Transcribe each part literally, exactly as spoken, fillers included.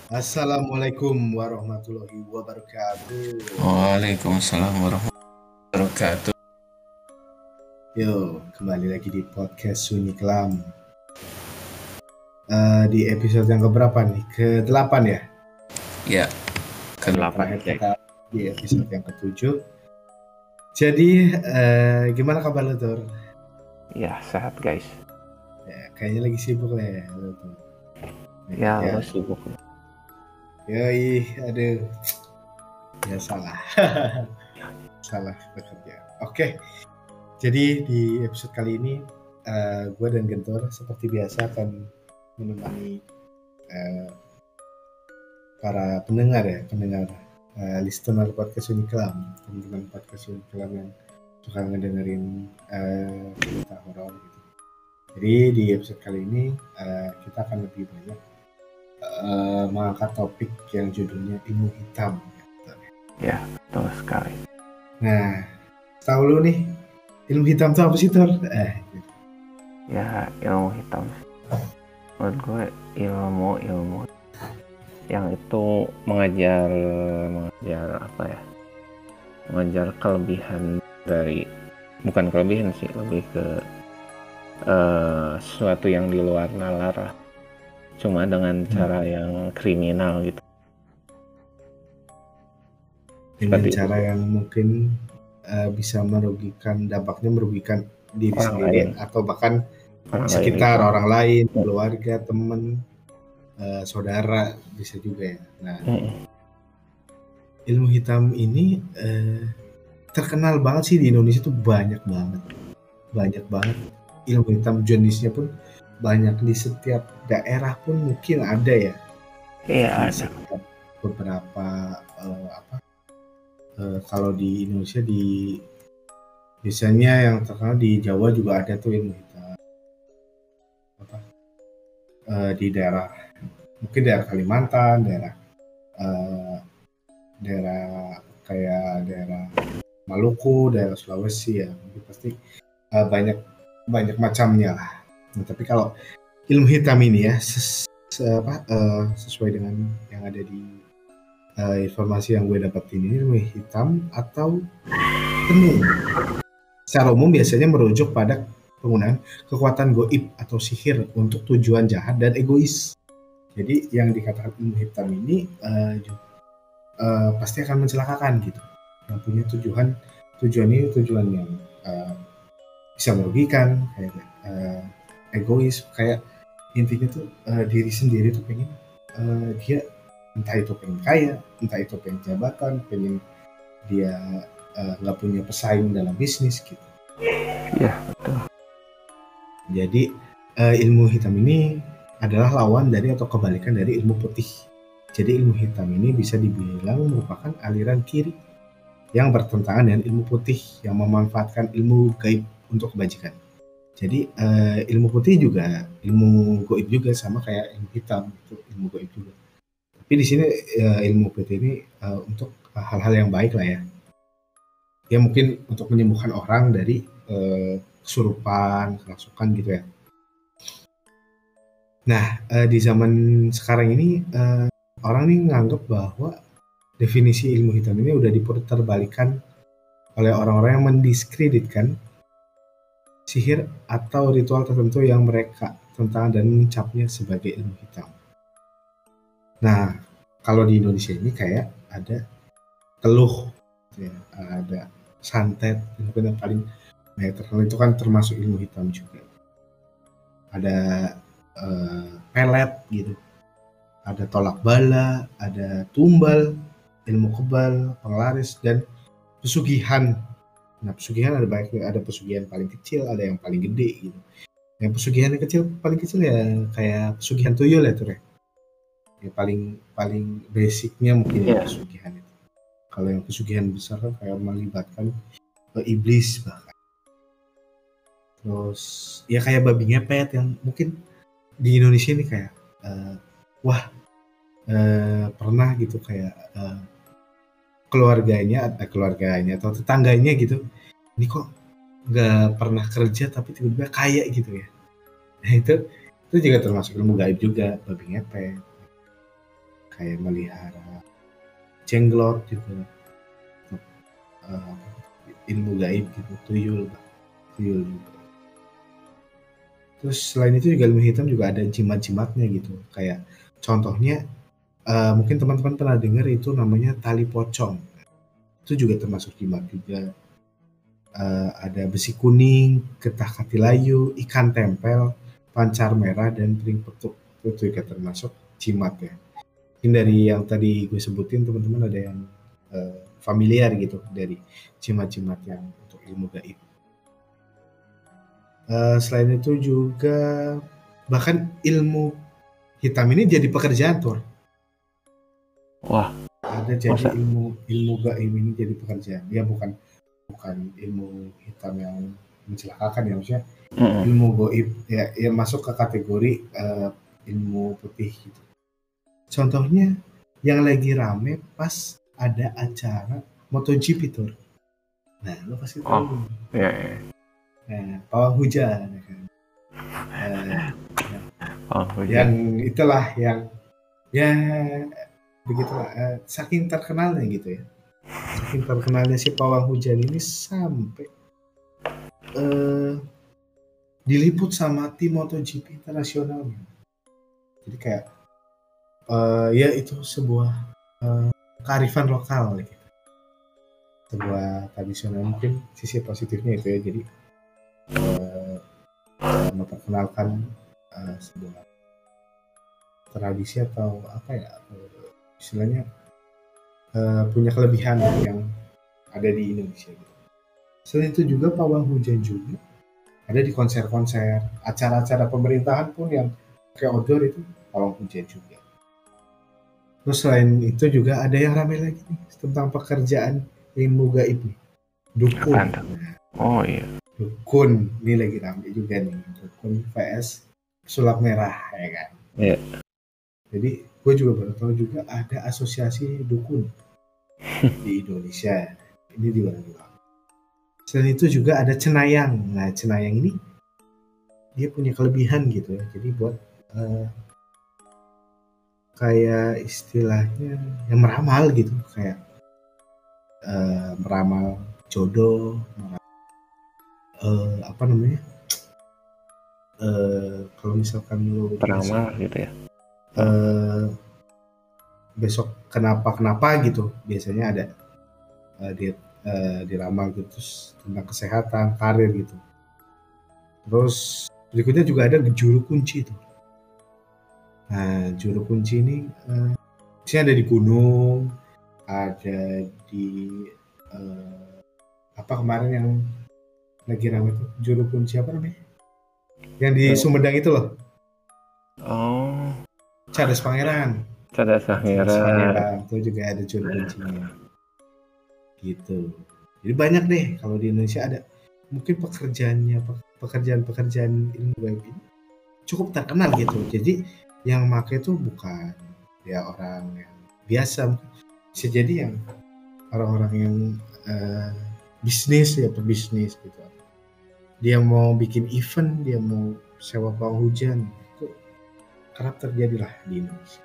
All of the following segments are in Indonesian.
Assalamualaikum warahmatullahi wabarakatuh. Waalaikumsalam warahmatullahi wabarakatuh. Yo, kembali lagi di podcast Sunyi Kelam. Uh, di episode yang keberapa nih? Ke delapan ya? Ya, ke delapan. Kita di episode yang ketujuh. Jadi, uh, gimana kabar lu, Tur? Ya, sehat guys. Ya, kayaknya lagi sibuk lah ya, lu tuh. Ya, ya. Lo sibuk. Yoi, aduh. Ya salah. Salah bekerja. Oke. Okay. Jadi di episode kali ini uh, gue dan Gentor seperti biasa akan menemani uh, para pendengar ya, pendengar uh, listener podcast Sunyi Kelam, teman-teman podcast Sunyi Kelam yang suka ngedengerin uh, cerita horor gitu. Jadi di episode kali ini uh, kita akan lebih banyak uh, mengangkat topik yang judulnya ilmu hitam. Ya, betul sekali. Nah, tahu lu nih ilmu hitam itu apa sih, Tor? Eh, gitu. Ya, ilmu hitam. Menurut gue ilmu ilmu yang itu mengajar mengajar apa ya? Mengajar kelebihan dari bukan kelebihan sih, lebih ke uh, sesuatu yang di luar nalar. Cuma dengan hmm. cara yang kriminal gitu. Dengan Seperti cara itu. yang mungkin uh, bisa merugikan, dampaknya merugikan diri orang sendiri lain. Atau bahkan orang sekitar lain orang lain, hmm. keluarga, teman, uh, saudara bisa juga ya. Nah, hmm. ilmu hitam ini uh, terkenal banget sih di Indonesia tuh banyak banget, banyak banget ilmu hitam, jenisnya pun banyak di setiap daerah pun mungkin ada ya. Iya ada. Beberapa uh, apa? Uh, kalau di Indonesia di biasanya yang terkenal di Jawa juga ada tuh ilmu hitam. Apa? Uh, di daerah mungkin daerah Kalimantan, daerah uh, daerah kayak daerah Maluku, daerah Sulawesi ya, mungkin pasti uh, banyak banyak macamnya lah. Nah, tapi kalau ilmu hitam ini ya ses, apa, uh, sesuai dengan yang ada di uh, informasi yang gue dapat ini, ilmu hitam atau tenung secara umum biasanya merujuk pada penggunaan kekuatan goib atau sihir untuk tujuan jahat dan egois. Jadi yang dikatakan ilmu hitam ini uh, uh, pasti akan mencelakakan gitu, yang punya tujuan tujuan ini tujuan yang uh, bisa merugikan, kayak uh, egois, kayak intinya tuh uh, diri sendiri tuh pengen uh, dia entah itu pengen kaya, entah itu pengen jabatan, pengen dia nggak uh, punya pesaing dalam bisnis gitu. Iya betul. Jadi uh, ilmu hitam ini adalah lawan dari atau kebalikan dari ilmu putih. Jadi ilmu hitam ini bisa dibilang merupakan aliran kiri yang bertentangan dengan ilmu putih yang memanfaatkan ilmu gaib untuk kebajikan. Jadi uh, ilmu putih juga ilmu gaib juga, sama kayak ilmu hitam itu ilmu gaib juga. Tapi di sini uh, ilmu putih ini uh, untuk hal-hal yang baik lah ya. Ya mungkin untuk menyembuhkan orang dari uh, kesurupan, kerasukan gitu ya. Nah uh, di zaman sekarang ini uh, orang nih nganggap bahwa definisi ilmu hitam ini udah diputerbalikan oleh orang-orang yang mendiskreditkan sihir atau ritual tertentu yang mereka tentang dan mencapnya sebagai ilmu hitam. Nah, kalau di Indonesia ini kayak ada teluh, ya, ada santet, mungkin yang paling nah, terkenal itu kan termasuk ilmu hitam juga. Ada uh, pelet gitu, ada tolak bala, ada tumbal, ilmu kebal, penglaris, dan pesugihan. Nah, pesugihan ada banyak, ada pesugihan paling kecil, ada yang paling gede gitu. Yang pesugihan yang kecil paling kecil ya kayak pesugihan tuyul ya tuh ya. Ya paling paling basicnya mungkin yeah. ya pesugihan itu. Kalau yang pesugihan besar kan kayak melibatkan uh, iblis bahkan. Terus ya kayak babi ngepet yang mungkin di Indonesia ini kayak uh, wah uh, pernah gitu kayak uh, keluarganya atau keluarganya atau tetangganya gitu, ini kok nggak pernah kerja tapi tiba-tiba kaya gitu ya. Nah itu itu juga termasuk ilmu gaib juga, babi ngepet. kayak melihara jenglot gitu, uh, ilmu gaib gitu, tuyul, tuyul juga. Terus selain itu juga ilmu hitam juga ada jimat-jimatnya gitu, kayak contohnya uh, mungkin teman-teman pernah dengar itu namanya tali pocong, itu juga termasuk jimat juga. Uh, ada besi kuning, getah katilayu, ikan tempel, pancar merah, dan piring petuk, itu juga termasuk jimat ya. Mungkin dari yang tadi gue sebutin teman-teman ada yang uh, familiar gitu dari jimat-jimat yang untuk ilmu gaib. Uh, selain itu juga bahkan ilmu hitam ini jadi pekerjaan tuh. Wah. Ada jadi masa? ilmu ilmu gaib ini jadi pekerjaan. Ya bukan bukan ilmu hitam yang mencelakakan ya, maksudnya mm-hmm. ilmu gaib ya, yang masuk ke kategori uh, ilmu putih gitu. Contohnya yang lagi rame pas ada acara MotoGP Tour. Nah, lo pasti tahu. Oh, iya, iya. Nah, pawang hujan ya kan. Uh, oh, hujan. Yang itulah yang ya begitulah uh, saking terkenalnya gitu ya. Saking terkenalnya si pawang hujan ini sampai uh, diliput sama tim MotoGP internasional. Jadi kayak uh, ya itu sebuah uh, kearifan lokal gitu. Sebuah tradisional, mungkin sisi positifnya itu ya. Jadi uh, uh, memperkenalkan uh, sebuah tradisi atau apa ya uh, istilahnya uh, punya kelebihan yang ada di Indonesia gitu. Selain itu juga pawang hujan juga ada di konser-konser, acara-acara pemerintahan pun yang kayak outdoor itu pawang hujan juga. Terus selain itu juga ada yang ramai lagi nih tentang pekerjaan ilmu gaib nih, dukun. Oh iya. Dukun ini lagi ramai juga nih, dukun vs sulap merah ya kan. Iya. Jadi gue juga baru tahu juga ada asosiasi dukun di Indonesia. Ini di mana-mana. Selain itu juga ada cenayang. Nah, cenayang ini dia punya kelebihan gitu ya. Jadi buat uh, kayak istilahnya yang meramal gitu, kayak uh, meramal jodoh, meramal, uh, apa namanya? Uh, kalau misalkan lu peramal gitu ya. Uh, besok kenapa-kenapa gitu, biasanya ada uh, di Uh, diramal gitu, terus tentang kesehatan, karir gitu. Terus berikutnya juga ada juru kunci itu. Nah, juru kunci ini uh, biasanya ada di gunung, ada di uh, apa kemarin yang lagi ramai itu juru kunci apa namanya? Yang di Sumedang itu loh. Oh. Cadas Pangeran. Cadas Pangeran. Itu juga ada juru kuncinya. Gitu. Jadi banyak deh kalau di Indonesia ada mungkin pekerjaannya pekerjaan-pekerjaan ilmu gaib ini cukup terkenal gitu. Jadi yang make itu bukan ya orang yang biasa, bisa jadi yang orang-orang yang uh, bisnis ya pebisnis gitu. Dia mau bikin event, dia mau sewa pawang hujan, itu kerap terjadilah di Indonesia.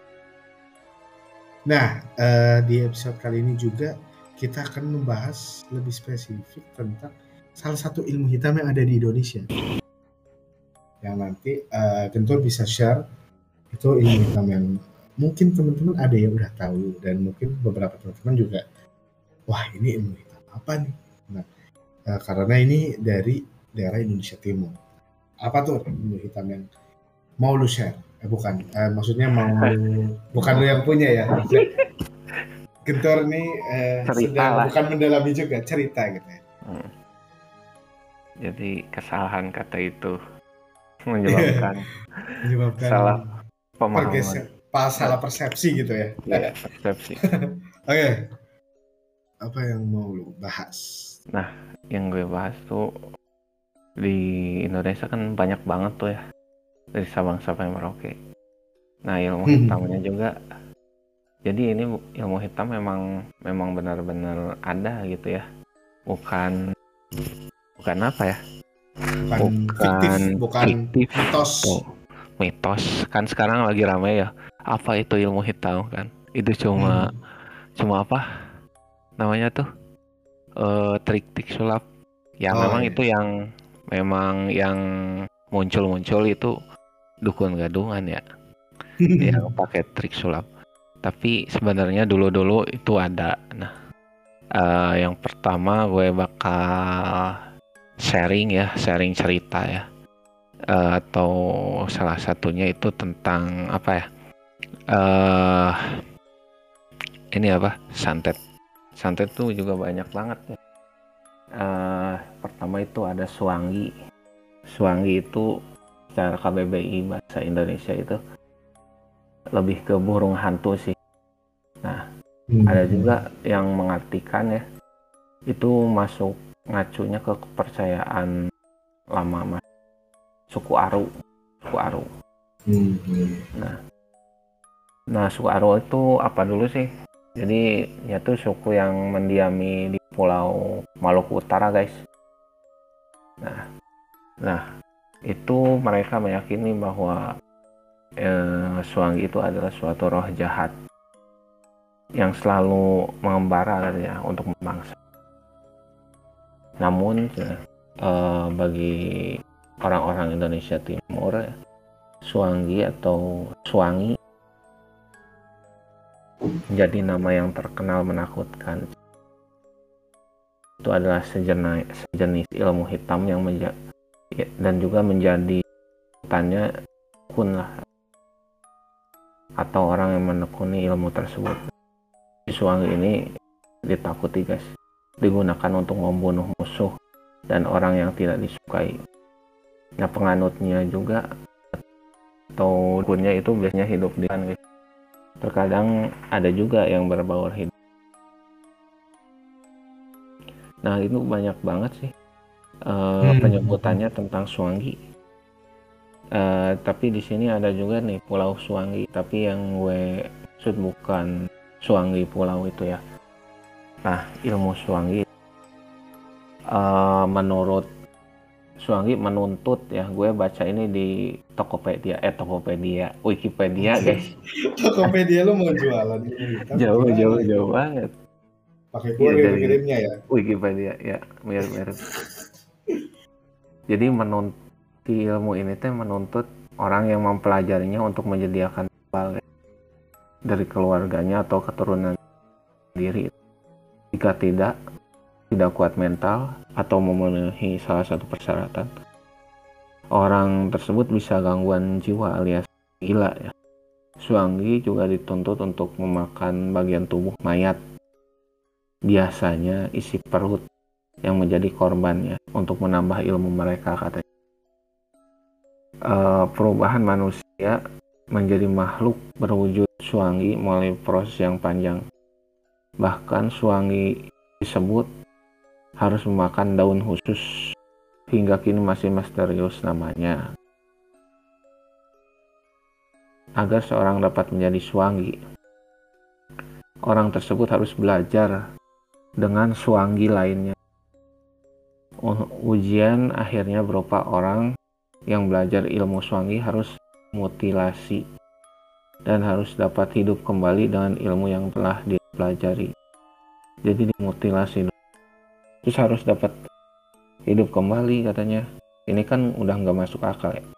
Nah, uh, di episode kali ini juga kita akan membahas lebih spesifik tentang salah satu ilmu hitam yang ada di Indonesia. Yang nanti uh, Gentur bisa share itu ilmu hitam yang mungkin teman-teman ada yang udah tahu dan mungkin beberapa teman-teman juga, wah ini ilmu hitam apa nih? Nah, uh, karena ini dari daerah Indonesia Timur. Apa tuh ilmu hitam yang mau lu share? Eh bukan, uh, maksudnya mau lu, bukan lu yang punya ya. Gentor nih eh, sedang bukan mendalami juga cerita gitu ya. Hmm. Jadi kesalahan kata itu menyebabkan, menyebabkan salah pemahaman, pergeser, salah persepsi gitu ya. Iya, persepsi. Oke, okay. Apa yang mau lu bahas? Nah, yang gue bahas tuh di Indonesia kan banyak banget tuh ya, dari Sabang sampai Merauke. Nah, ilmu hitamnya hmm. juga. Jadi ini ilmu hitam memang memang benar-benar ada gitu ya, bukan bukan apa ya, bukan, bukan fiktif, bukan fiktif. mitos. Oh, mitos kan sekarang lagi ramai ya, apa itu ilmu hitam kan? Itu cuma Hmm. cuma apa namanya tuh eh, trik-trik sulap. Ya Oh memang iya. itu yang memang yang muncul-muncul itu dukun gadungan ya, yang pakai trik sulap. Tapi sebenarnya dulu-dulu itu ada. Nah, eh, yang pertama gue bakal sharing ya, sharing cerita ya. Eh, atau salah satunya itu tentang apa ya? Eh, ini apa? Santet. Santet tuh juga banyak banget ya. Eh, pertama itu ada Suwangi. Suwangi itu secara K B B I bahasa Indonesia itu lebih ke burung hantu sih. Nah, ada Hmm. juga yang mengartikan ya, itu masuk ngacunya ke kepercayaan lama mas, suku Aru, suku Aru. Hmm. Hmm. Nah, nah suku Aru itu apa dulu sih? Jadi ya tuh suku yang mendiami di Pulau Maluku Utara guys. Nah, nah itu mereka meyakini bahwa eh, Suwangi itu adalah suatu roh jahat yang selalu mengembara ya untuk membangsa. Namun ya, eh, bagi orang-orang Indonesia Timur, ya, Suwangi atau Suwangi menjadi nama yang terkenal menakutkan. Itu adalah sejenis, sejenis ilmu hitam yang menja- ya, dan juga menjadi tanya kun lah atau orang yang menekuni ilmu tersebut. Suwangi ini ditakuti guys, digunakan untuk membunuh musuh dan orang yang tidak disukai. Nah penganutnya juga atau dukunnya itu biasanya hidup di sana guys. Terkadang ada juga yang berbaur hidup. Nah itu banyak banget sih uh, Hmm. penyebutannya tentang Suwangi. Uh, tapi di sini ada juga nih Pulau Suwangi. Tapi yang gue maksud bukan Suwangi pulau itu ya. Nah ilmu Suwangi uh, menurut Suwangi menuntut ya, gue baca ini di Tokopedia, eh Tokopedia, Wikipedia guys. Tokopedia lu mau jualan ilmu hitam Jauh gimana jauh itu? jauh banget. Pakai Iya kurir dari kirimnya ya? Wikipedia ya, mirip-mirip. Jadi menuntut ilmu ini teh menuntut orang yang mempelajarinya untuk menyediakan tumbal dari keluarganya atau keturunan diri. Jika tidak, tidak kuat mental atau memenuhi salah satu persyaratan, orang tersebut bisa gangguan jiwa alias gila ya. Suwangi juga dituntut untuk memakan bagian tubuh mayat, biasanya isi perut, yang menjadi korbannya untuk menambah ilmu mereka katanya. Uh, perubahan manusia menjadi makhluk berwujud Suwangi melalui proses yang panjang. Bahkan Suwangi disebut harus memakan daun khusus, hingga kini masih misterius namanya. Agar seorang dapat menjadi Suwangi, orang tersebut harus belajar dengan Suwangi lainnya. Ujian akhirnya berupa orang yang belajar ilmu Suwangi harus mutilasi dan harus dapat hidup kembali dengan ilmu yang telah dipelajari. Jadi dimutilasi terus harus dapat hidup kembali katanya. Ini kan udah nggak masuk akal ya.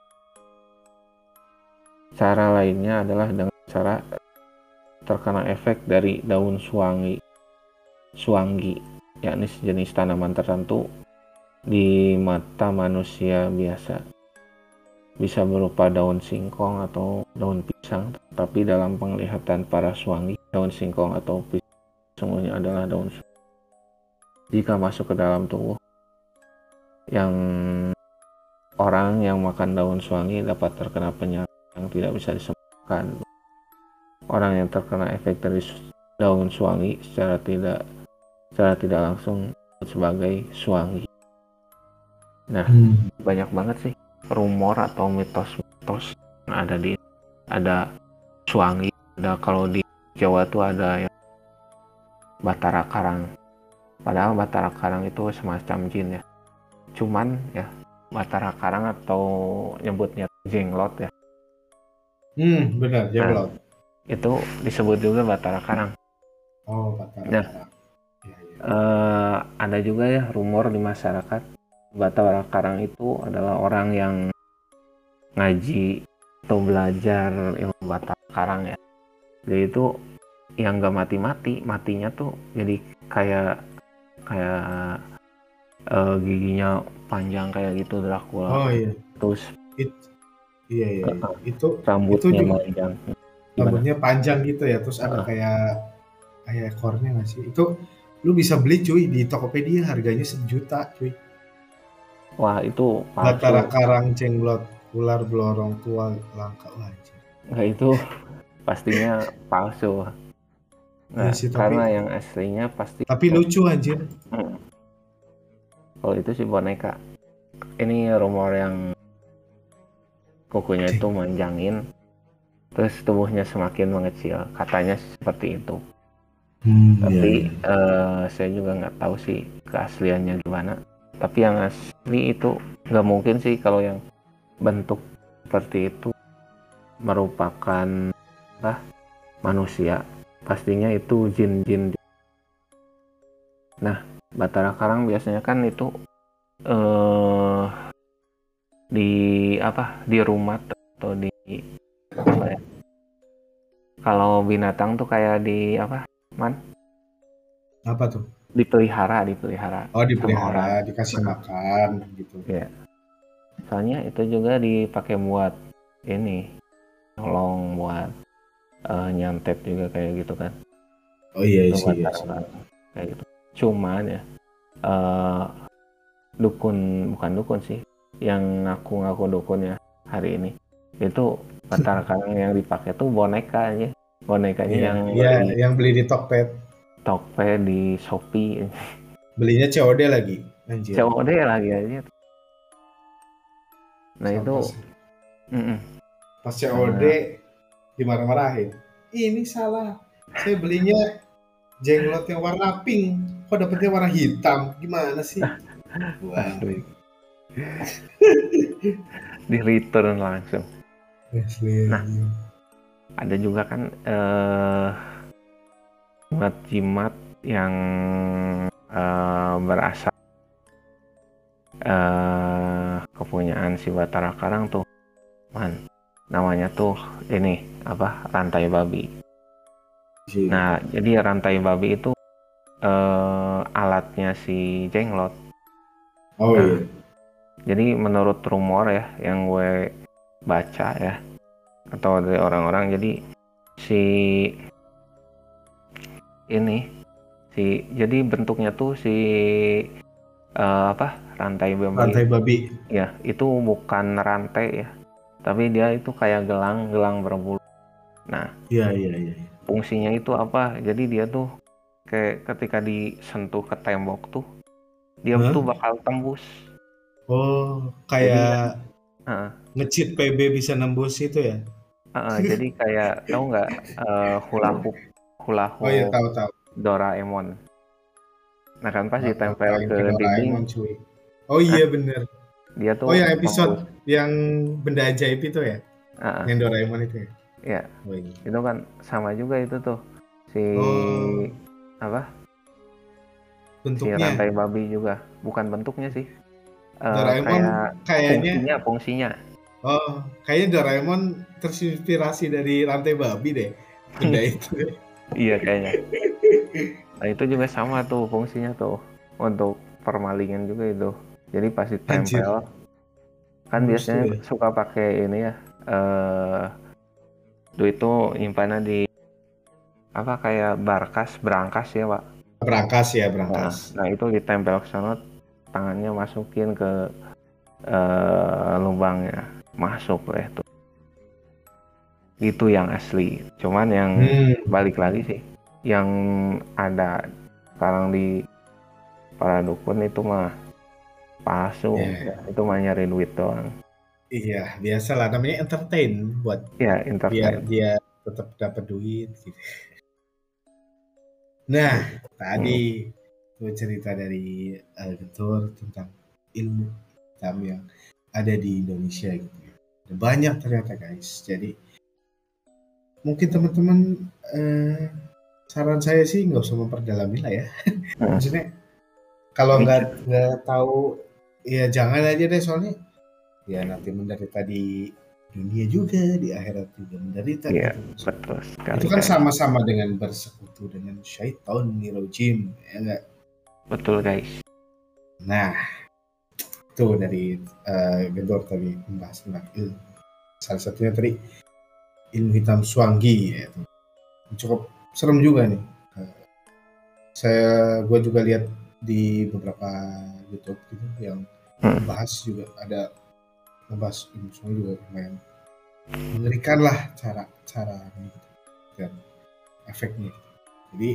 Cara lainnya adalah dengan cara terkena efek dari daun suwangi suwangi, yakni sejenis tanaman tertentu di mata manusia biasa. Bisa berupa daun singkong atau daun pisang, tapi dalam penglihatan para suwangi, daun singkong atau pisang sesungguhnya adalah daun suwangi. Jika masuk ke dalam tubuh yang orang yang makan daun suwangi dapat terkena penyakit yang tidak bisa disembuhkan. Orang yang terkena efek dari daun suwangi secara tidak secara tidak langsung sebagai suwangi. Nah, hmm. banyak banget sih rumor atau mitos-mitos yang ada di ada suwangi. Ada kalau di Jawa tuh ada yang Batara Karang. Padahal Batara Karang itu semacam jin ya. Cuman ya Batara Karang atau nyebutnya jenglot ya. Hmm, benar, jenglot. Nah, itu disebut juga Batara Karang. Oh, Batara Nah, Karang. Ya, ya. eh, ada juga ya rumor di masyarakat Batara Karang itu adalah orang yang ngaji atau belajar ilmu Batara Karang ya. Jadi itu yang gak mati-mati, matinya tuh jadi kayak kayak eh, giginya panjang kayak gitu Dracula. Oh iya, Terus It, iya iya iya. eh, Itu itu rambutnya juga panjang. Gimana? rambutnya panjang gitu ya, terus ada Eh, kayak kayak ekornya nggak sih? Itu lu bisa beli cuy di Tokopedia, harganya sejuta cuy. wah itu palsu. Batara Karang Jenglot ular belorong tua langka wajib. Nggak, itu pastinya palsu. Iya Nggak, sih, tapi karena yang aslinya pasti tapi lucu anjir. Hmm, kalau itu sih boneka. Ini rumor yang kukunya itu manjangin, terus tubuhnya semakin mengecil. Katanya seperti itu. Hmm, iya, Tapi iya. eh, saya juga nggak tahu sih keasliannya gimana. Tapi yang asli itu nggak mungkin sih kalau yang bentuk seperti itu merupakan apa, manusia. Pastinya itu jin-jin. Nah, Batara Karang biasanya kan itu eh di apa di rumah atau di apa ya? Kalau binatang tuh kayak di apa, man? Apa tuh? Dipelihara, dipelihara Oh, sama orang. dipelihara, dikasih Nah, makan gitu. ya, soalnya itu juga dipakai buat ini, nolong buat eh, nyantet juga kayak gitu kan. Oh iya Itu sih, iya Batara sih. Karang kayak gitu. Cuman ya eh dukun, bukan dukun sih, yang ngaku-ngaku dukunnya hari ini itu Batara Karang yang dipakai tuh bonekanya, bonekanya Iya, yang iya, beli yang beli di Tokped. Tokped di Shopee. Belinya C O D lagi, anjir. C O D lagi aja. Nah itu Sampah. mm-mm, Pas C O D sangat dimarah-marahin. Ini salah. Saya belinya jenglot yang warna pink. Kok dapetnya warna hitam? Gimana sih? Wah, asli di return langsung. asli. Nah, ada juga kan eh, jimat-jimat yang eh, berasal eh, kepunyaan si Batara Karang tuh, man, namanya tuh ini apa, rantai babi. Nah, jadi rantai babi itu eh, alatnya si Jenglot. Oh Nah, iya. jadi menurut rumor ya yang gue baca ya, atau dari orang-orang, jadi si ini si jadi bentuknya tuh si eh, apa, rantai babi Rantai babi. ya, itu bukan rantai ya, tapi dia itu kayak gelang-gelang berbulu. Nah, Iya, iya, iya. fungsinya itu apa? Jadi dia tuh kayak ketika disentuh ke tembok tuh, dia Hah? tuh bakal tembus. Oh, Jadi kayak uh, nge-cheat P B bisa nembus itu ya? uh, jadi kayak tahu nggak uh, hula hoop hula Oh iya, hoop tahu-tahu. Doraemon. Nah kan pas Nggak tahu ditempel main ke ke dinding, Doraemon cuy. Oh ah, iya bener. dia Oh tuh yang episode tembus. yang benda ajaib itu ya? Uh, Yang Doraemon itu ya? ya, Oh iya. itu kan sama juga itu tuh si Oh, apa si bentuknya rantai babi juga, bukan bentuknya sih. Uh, Doraemon kayak kayaknya, fungsinya fungsinya oh kayaknya Doraemon terinspirasi dari rantai babi deh, benda itu. iya kayaknya. Nah itu juga sama tuh fungsinya tuh untuk permalingan juga itu. Jadi pas ditempel Anjir, kan bagus tuh biasanya ya. suka pakai ini ya, eh duit tuh nyimpannya di apa, kayak barkas, berangkas ya pak. Berangkas ya, Nah, berangkas. nah itu ditempel ke sana, tangannya masukin ke eh, lubangnya, masuk deh tuh. Itu yang asli. Cuman yang Hmm, balik lagi sih, yang ada sekarang di para dukun itu mah palsu ya, ya, itu mah nyari duit doang iya biasalah namanya entertain buat ya, biar entertain dia tetap dapat duit gitu. Nah, gitu. tadi Hmm. tuh cerita dari uh, Getur tentang ilmu hitam yang ada di Indonesia gitu ya. Ada banyak ternyata guys. Jadi mungkin teman-teman eh, saran saya sih nggak usah memperdalami lah ya. Hmm. Maksudnya kalau Iya. nggak nggak tahu ya jangan aja deh, soalnya ya nanti menderita di dunia juga, di akhirat juga menderita Iya, gitu. betul sekali. Itu kan guys. sama-sama dengan bersekutu dengan syaitan nirojim, ya nggak? Betul guys. Nah, itu dari uh, Gendor tadi membahas tentang ilmu. Salah satunya tadi ilmu hitam Swangi, ya. Cukup serem juga nih. Uh, saya, gue juga lihat di beberapa YouTube gitu yang Hmm. bahas juga ada membahas ilmu Swangi juga lumayan mengerikan lah cara cara gitu, dan efeknya. Jadi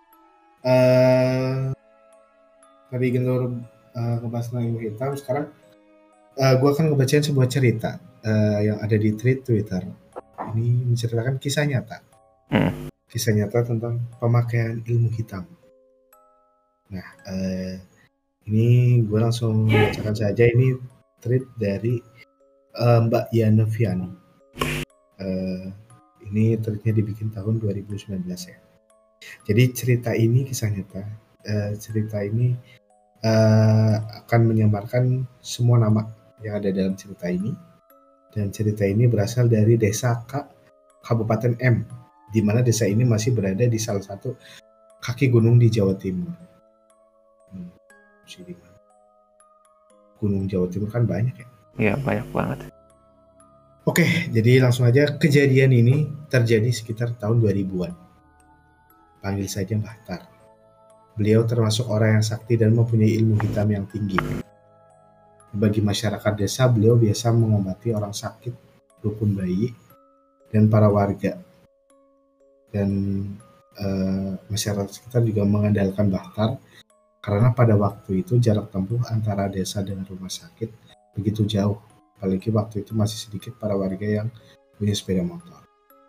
uh, tadi Gendor uh, ngebahas tentang ilmu hitam. Sekarang uh, gue akan ngebacain sebuah cerita uh, yang ada di thread Twitter. Ini menceritakan kisah nyata, Hmm. kisah nyata tentang pemakaian ilmu hitam. Nah, uh, ini gue langsung bacakan saja. Ini thread dari uh, Mbak Yana Viani. Uh, ini threadnya dibikin tahun dua ribu sembilan belas ya. Jadi cerita ini kisah nyata. Uh, cerita ini uh, akan menyamarkan semua nama yang ada dalam cerita ini, dan cerita ini berasal dari desa K, Kabupaten M, di mana desa ini masih berada di salah satu kaki gunung di Jawa Timur. Hmm, di mana? Gunung Jawa Timur kan banyak ya. Iya, banyak banget. Oke, jadi langsung aja. Kejadian ini terjadi sekitar tahun dua ribuan. Panggil saja Mbah Tar. Beliau termasuk orang yang sakti dan mempunyai ilmu hitam yang tinggi. Bagi masyarakat desa, beliau biasa mengobati orang sakit, rukun bayi, dan para warga. Dan uh, masyarakat sekitar juga mengandalkan Mbah Tar karena pada waktu itu jarak tempuh antara desa dengan rumah sakit begitu jauh. Apalagi waktu itu masih sedikit para warga yang punya sepeda motor.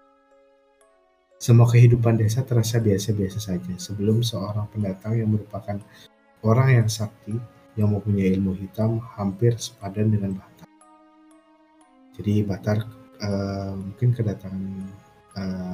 Semua kehidupan desa terasa biasa-biasa saja sebelum seorang pendatang yang merupakan orang yang sakti yang mempunyai ilmu hitam hampir sepadan dengan Mbah Tar. Jadi Mbah Tar uh, mungkin kedatangan uh,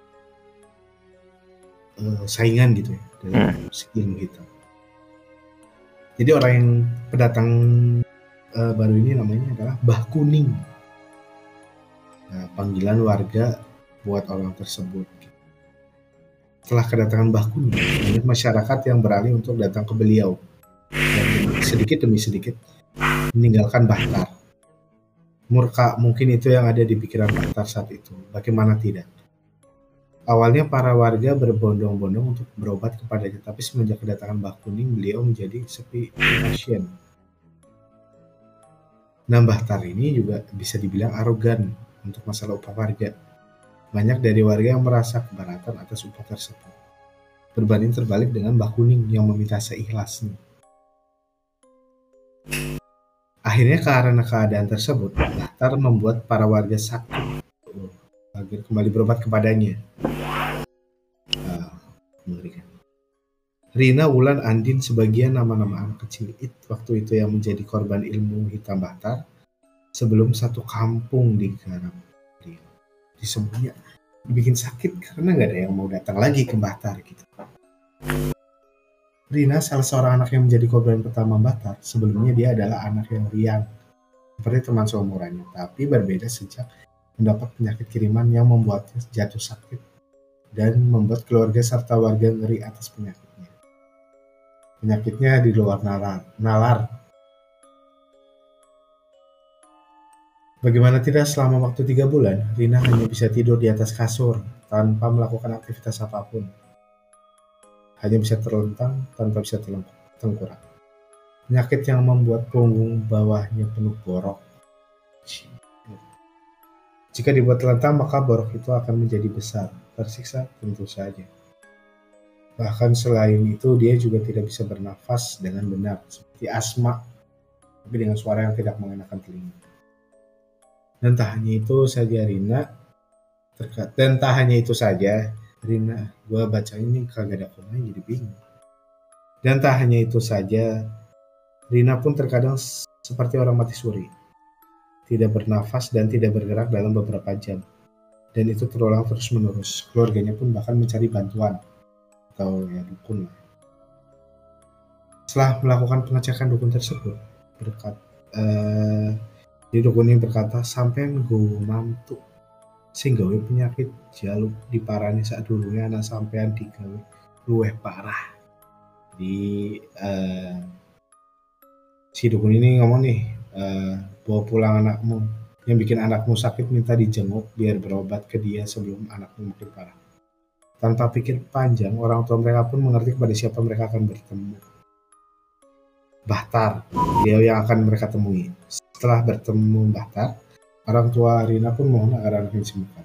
uh, saingan gitu ya dalam segi ilmu hitam. Jadi orang yang pendatang uh, baru ini namanya adalah Mbah Kuning. Nah, panggilan warga buat orang tersebut. Setelah kedatangan Mbah Kuning, banyak masyarakat yang beralih untuk datang ke beliau. Dan sedikit demi sedikit meninggalkan Mbah Tar. Murka mungkin itu yang ada di pikiran Mbah Tar saat itu. Bagaimana tidak? Awalnya para warga berbondong-bondong untuk berobat kepadanya, tapi semenjak kedatangan Mbah Kuning, beliau menjadi sepi pasien. Nah, Mbah Tar ini juga bisa dibilang arogan untuk masalah upah warga. Banyak dari warga yang merasa keberatan atas upah tersebut. Berbanding terbalik dengan Mbah Kuning yang meminta seikhlasnya. Akhirnya karena keadaan tersebut, Mbah Tar membuat para warga sakit agar kembali berobat kepadanya. Uh, mengerikan. Rina, Wulan, Andin, sebagian nama-nama anak kecil it waktu itu yang menjadi korban ilmu hitam Mbah Tar sebelum satu kampung digarap. Semuanya dibikin sakit karena nggak ada yang mau datang lagi ke Mbah Tar gitu. Rina, salah seorang anak yang menjadi korban pertama Mbah Tar, sebelumnya dia adalah anak yang riang seperti teman seumurannya, tapi berbeda sejak mendapat penyakit kiriman yang membuatnya jatuh sakit dan membuat keluarga serta warga ngeri atas penyakitnya. Penyakitnya di luar nalar. nalar. Bagaimana tidak, selama waktu tiga bulan, Rina hanya bisa tidur di atas kasur tanpa melakukan aktivitas apapun. Hanya bisa terlentang tanpa bisa tengkurap. Penyakit yang membuat punggung bawahnya penuh borok. Jika dibuat terlentang, maka borok itu akan menjadi besar. Tersiksa tentu saja. Bahkan selain itu, dia juga tidak bisa bernafas dengan benar, seperti asma, tapi dengan suara yang tidak mengenakan telinga. Dan tak hanya itu saja Rina, terka- dan tak hanya itu saja Rina, gue baca ini kagak ada komanya jadi bingung. Dan tak hanya itu saja, Rina pun terkadang seperti orang mati suri, tidak bernafas dan tidak bergerak dalam beberapa jam. dan itu terulang terus-menerus. Keluarganya pun bahkan mencari bantuan atau ya dukun lah. Setelah melakukan pengecekan dukun tersebut, berkat eh, di dukun ini berkata, sampean go mantuk sing gawe penyakit jaluk diparani saat dulunya anak sampean digawe luweh parah. Di eh, si dukun ini ngomong nih, eh, bawa pulang anakmu, yang bikin anakmu sakit minta dijenguk biar berobat ke dia sebelum anakmu makin parah. Tanpa pikir panjang, orang tua mereka pun mengerti kepada siapa mereka akan bertemu. Bahtar, dia yang akan mereka temui. Setelah bertemu Bahtar, orang tua Rina pun mohon agar anaknya disembuhkan.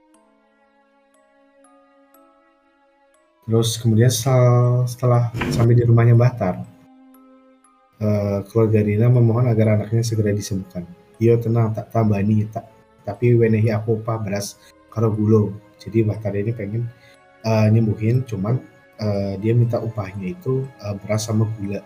Terus kemudian setelah, setelah sampai di rumahnya Bahtar, uh, keluarga Rina memohon agar anaknya segera disembuhkan. Iyo tenang, tak tambani, tak, tapi wenehi aku upah beras karo gulo. Jadi Bahtar ini pengen uh, nyembuhin, cuman uh, dia minta upahnya itu uh, beras sama gula.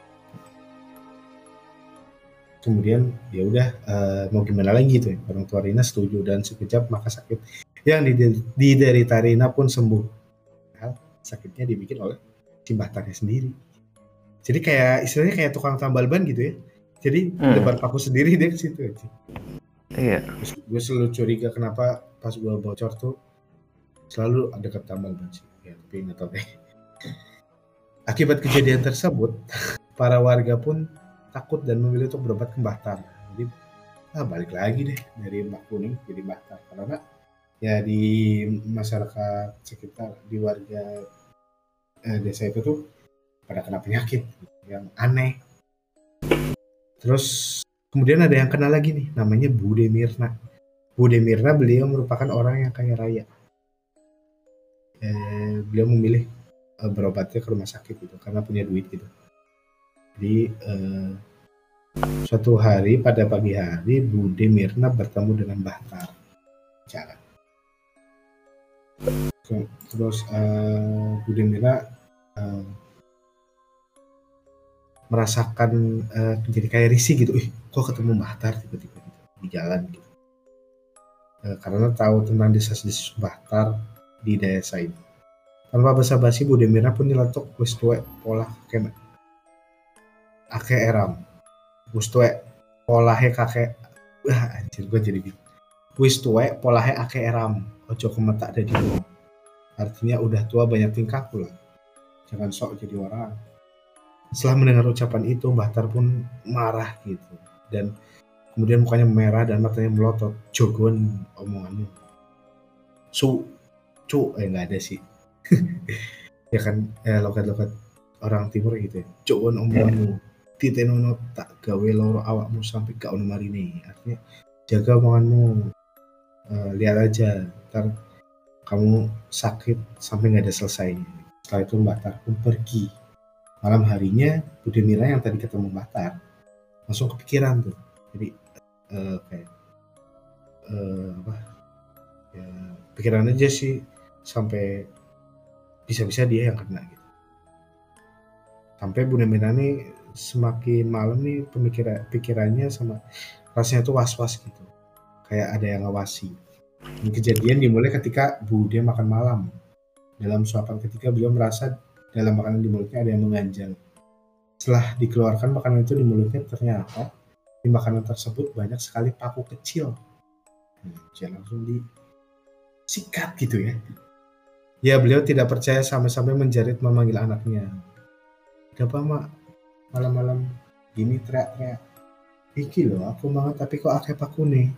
Kemudian ya udah uh, mau gimana lagi tuh ya, orang tua Rina setuju dan sekejap maka sakit yang diderita Rina pun sembuh. Nah, sakitnya dibikin oleh si Bahtarnya sendiri. Jadi kayak istilahnya kayak tukang tambal ban gitu ya. Jadi hmm. depan paku sendiri dia ke situ aja. Iya. Terus gue selalu curiga kenapa pas gue bocor tuh selalu ada dekat tambal ban sih. Ya tapi nggak tahu deh. Akibat kejadian tersebut, para warga pun takut dan memilih untuk berobat ke Bahtar. Jadi ah, balik lagi deh dari Mbak Kuning jadi Bahtar. Karena ya di masyarakat sekitar, di warga eh, desa itu tuh pada kena penyakit yang aneh. Terus kemudian ada yang kenal lagi nih, namanya Bude Mirna. Bude Mirna beliau merupakan orang yang kaya raya. Eh, beliau memilih eh, berobatnya ke rumah sakit gitu karena punya duit gitu. Jadi eh, suatu hari pada pagi hari Bude Mirna bertemu dengan Bahtar jalan. Terus eh, Bude Mirna eh, merasakan eh, jadi kayak risih gitu. Ih, kok ketemu Bahtar tiba-tiba gitu, di jalan gitu. Eh, karena tahu tentang desas-desus Bahtar di desa ini. Tanpa basa-basi Bude Mirna pun nyeletuk wis tuwek pola kena ake eram. Wis tuwek polahe kakek. Wah, anjir gue jadi gitu. Wis tuwek polahe ake eram. Ojo kemetak dadi wong. Artinya udah tua banyak tingkah pula. Jangan sok jadi orang. Setelah mendengar ucapan itu, Bahtar pun marah gitu. Dan kemudian mukanya merah dan matanya melotot. Jogon omonganmu. Su, cu, eh nggak ada sih. Ya kan, eh, lokat-lokat orang timur gitu ya. Jogon omonganmu. Titenono tak gawe loro awakmu sampai gak ono marine. Artinya jaga omonganmu. Uh, lihat aja, ntar kamu sakit sampai nggak ada selesainya. Setelah itu Bahtar pun pergi. Malam harinya Bude Mirna yang tadi ketemu Bahtar langsung kepikiran tuh. Jadi uh, kayak uh, apa? Ya, pikiran aja sih sampai bisa-bisa dia yang kena gitu. Sampai Bude Mirna nih semakin malam nih pemikiran pikirannya sama rasanya tuh was-was gitu. Kayak ada yang ngawasi. Dan kejadian dimulai ketika Bude makan malam. Dalam suapan ketika beliau merasa dalam makanan di mulutnya ada yang mengganjal. Setelah dikeluarkan makanan itu di mulutnya, ternyata di makanan tersebut banyak sekali paku kecil. Jadi langsung disikat gitu ya. Ya beliau tidak percaya sampai-sampai menjerit memanggil anaknya. Kenapa mak? Malam-malam gini teriak-teriak. Iki loh aku banget tapi kok akeh paku nih.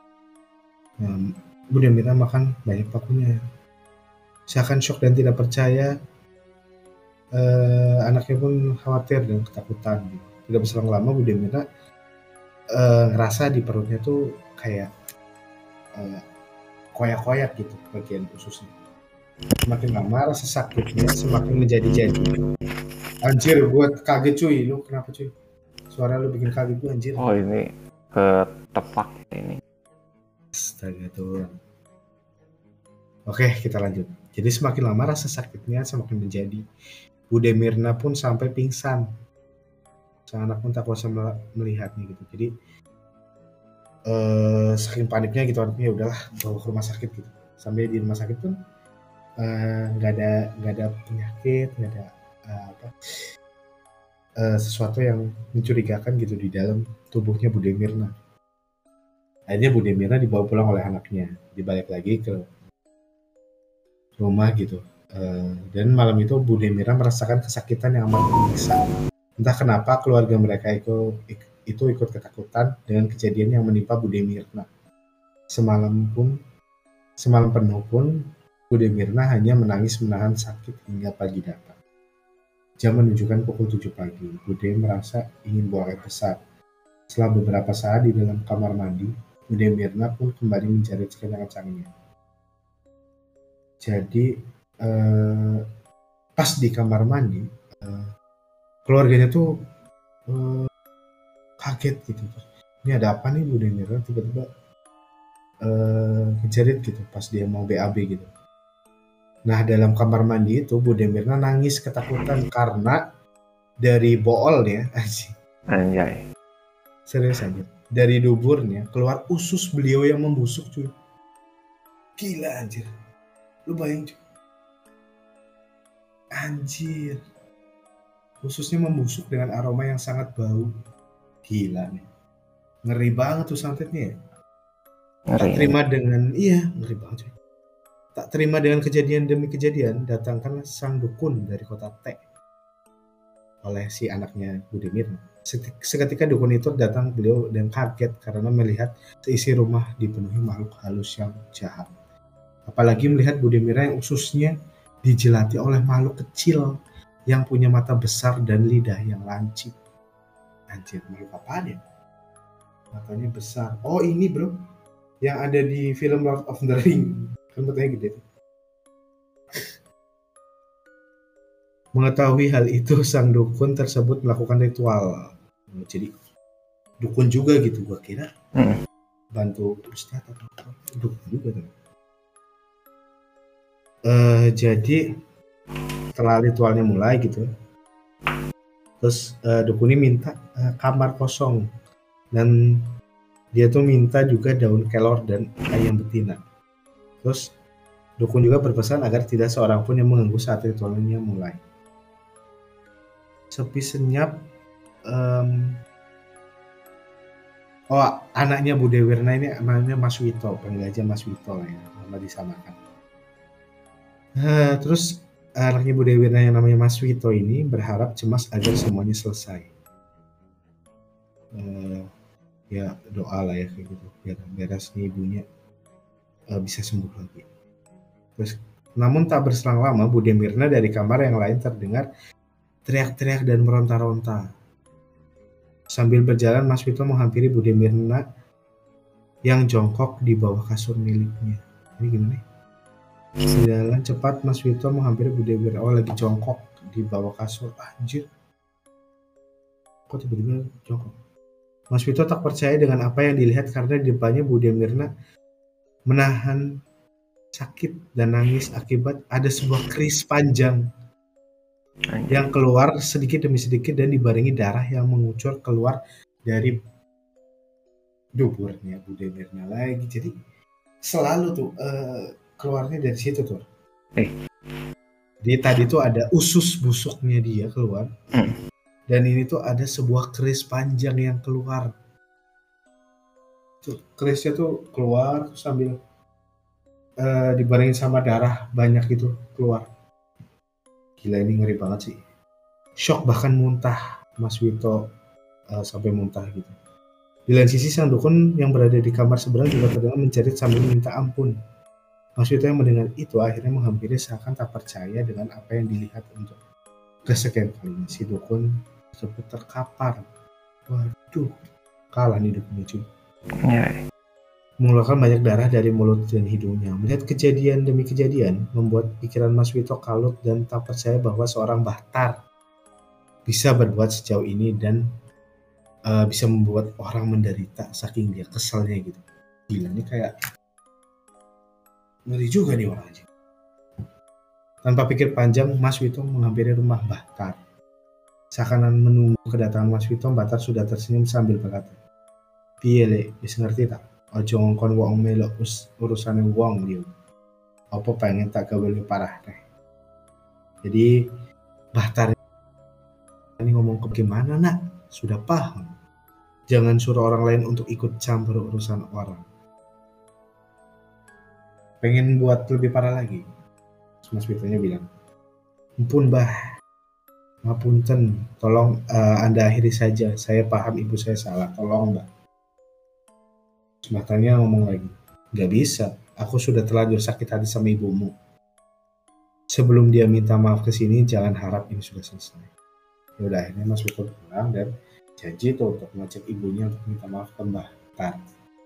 Nah, Bude Mirna makan banyak pakunya. Seakan syok dan tidak percaya. Eh, anaknya pun khawatir dan ketakutan. Gitu. Tidak berselang lama Bude Mirna eh, ngerasa di perutnya tuh kayak eh, koyak-koyak gitu bagian ususnya. Semakin lama rasa sakitnya semakin menjadi-jadi. Anjir, gue kaget cuy. Lu kenapa cuy? Suara lu bikin kaget gue anjir. Oh ini ketepak ini. Astaga Tuhan. Oke, kita lanjut. Jadi semakin lama rasa sakitnya semakin menjadi. Bude Mirna pun sampai pingsan. Sang anak pun tak kuasa melihatnya gitu. Jadi eh, saking paniknya gitu anaknya udahlah bawa ke rumah sakit gitu. sampai di rumah sakit pun eh, nggak ada nggak ada penyakit, nggak ada eh, apa eh, sesuatu yang mencurigakan gitu di dalam tubuhnya Bude Mirna. Akhirnya Bude Mirna dibawa pulang oleh anaknya, dibalik lagi ke rumah gitu. Eh, dan malam itu Bude Mirna merasakan kesakitan yang amat menyiksa. Entah kenapa keluarga mereka itu, itu ikut ketakutan dengan kejadian yang menimpa Bude Mirna. Semalam pun, semalam penuh pun Bude Mirna hanya menangis menahan sakit hingga pagi datang. Jam menunjukkan pukul tujuh pagi. Bude merasa ingin buang air besar. Setelah beberapa saat di dalam kamar mandi, Bude Mirna pun kembali menjerit sekencang-kencangnya. Jadi eh, pas di kamar mandi, eh, keluarganya tuh eh, kaget gitu. Ini ada apa nih Bude Mirna tiba-tiba eh, menjerit gitu pas dia mau B A B gitu. Nah dalam kamar mandi itu Bude Mirna nangis ketakutan karena dari boolnya, Anjay. serius aja, dari duburnya keluar usus beliau yang membusuk cuy. Gila anjir, lu bayang cuy, anjir, ususnya membusuk dengan aroma yang sangat bau. Gila nih, ngeri banget tuh santetnya ya. Tak terima dengan, iya ngeri banget cuy. Tak terima dengan kejadian demi kejadian, datangkanlah sang dukun dari kota T oleh si anaknya Bude Mirna. Seketika dukun itu datang beliau dan kaget karena melihat seisi rumah dipenuhi makhluk halus yang jahat. Apalagi melihat Bude Mirna yang ususnya dijelati oleh makhluk kecil yang punya mata besar dan lidah yang lancip. Anjir, makhluk apaan ya? Matanya besar. Oh ini bro, yang ada di film Lord of the Ring. Kan matanya gede. Mengetahui hal itu, sang dukun tersebut melakukan ritual. Jadi dukun juga gitu, gua kira hmm. bantu ustadz atau apa. Dukun juga tuh. Uh, jadi setelah ritualnya mulai gitu, terus uh, dukun ini minta uh, kamar kosong dan dia tuh minta juga daun kelor dan ayam betina. Terus dukun juga berpesan agar tidak seorang pun yang mengganggu saat ritualnya mulai. Sepi senyap. Um, oh anaknya Bude Mirna ini namanya Mas Wito, panggil aja Mas Wito lah ya, nama disamakan. Uh, terus anaknya Bude Mirna yang namanya Mas Wito ini berharap cemas agar semuanya selesai. Uh, ya doa lah ya kayak gitu, biar beres nih ibunya uh, bisa sembuh lagi. Terus, namun tak berselang lama Bude Mirna dari kamar yang lain terdengar teriak-teriak dan meronta-ronta. Sambil berjalan Mas Wito menghampiri Bude Mirna yang jongkok di bawah kasur miliknya. Ini gimana? Berjalan cepat Mas Wito menghampiri Bude Mirna. Oh lagi jongkok di bawah kasur. Anjir. Kok tiba-tiba jongkok? Mas Wito tak percaya dengan apa yang dilihat karena di depannya Bude Mirna menahan sakit dan nangis akibat ada sebuah keris panjang yang keluar sedikit demi sedikit dan dibarengi darah yang mengucur keluar dari duburnya Bude Mirna lagi. Jadi selalu tuh uh, keluarnya dari situ tuh. Eh. Jadi tadi tuh ada usus busuknya dia keluar. Hmm. Dan ini tuh ada sebuah keris panjang yang keluar. Tuh, kerisnya tuh keluar tuh sambil Uh, dibarengin sama darah banyak gitu keluar. Gila ini ngeri banget sih. Shock bahkan muntah Mas Wito uh, sampai muntah gitu. Di lain sisi sang dukun yang berada di kamar seberang juga terdengar menjerit sambil minta ampun. Mas Wito yang mendengar itu akhirnya menghampiri seakan tak percaya dengan apa yang dilihat untuk kesekian kalinya. Si dukun tersebut terkapar. Waduh, kalah nih dukunnya cuy. Yeah. Mengeluarkan banyak darah dari mulut dan hidungnya. Melihat kejadian demi kejadian, membuat pikiran Mas Wito kalut dan tak percaya bahwa seorang Bahtar bisa berbuat sejauh ini dan uh, bisa membuat orang menderita saking dia keselnya gitu. Gila, ini kayak ngeri juga nih orang aja. Tanpa pikir panjang, Mas Wito menghampiri rumah Bahtar. Seakan menunggu kedatangan Mas Wito, Bahtar sudah tersenyum sambil berkata, "Piye le, bisa ngerti tak? Ojo ngongkon wong melok urusane wong liyo. Apa pengen tak kebeli parah deh. Jadi Bahtar ini ngomong ke gimana nak? Sudah paham. Jangan suruh orang lain untuk ikut campur urusan orang. Pengen buat lebih parah lagi. Mas Witonya bilang, ampun bah, ngapunten, tolong uh, Anda akhiri saja. Saya paham ibu saya salah, tolong mbak. Matanya ngomong lagi, gak bisa. Aku sudah terlanjur sakit hati sama ibumu. Sebelum dia minta maaf ke sini, jangan harap ini sudah selesai. Ya udah, akhirnya Mas Wito pulang dan janji tuh untuk ngecek ibunya untuk minta maaf ke Mbah Tar.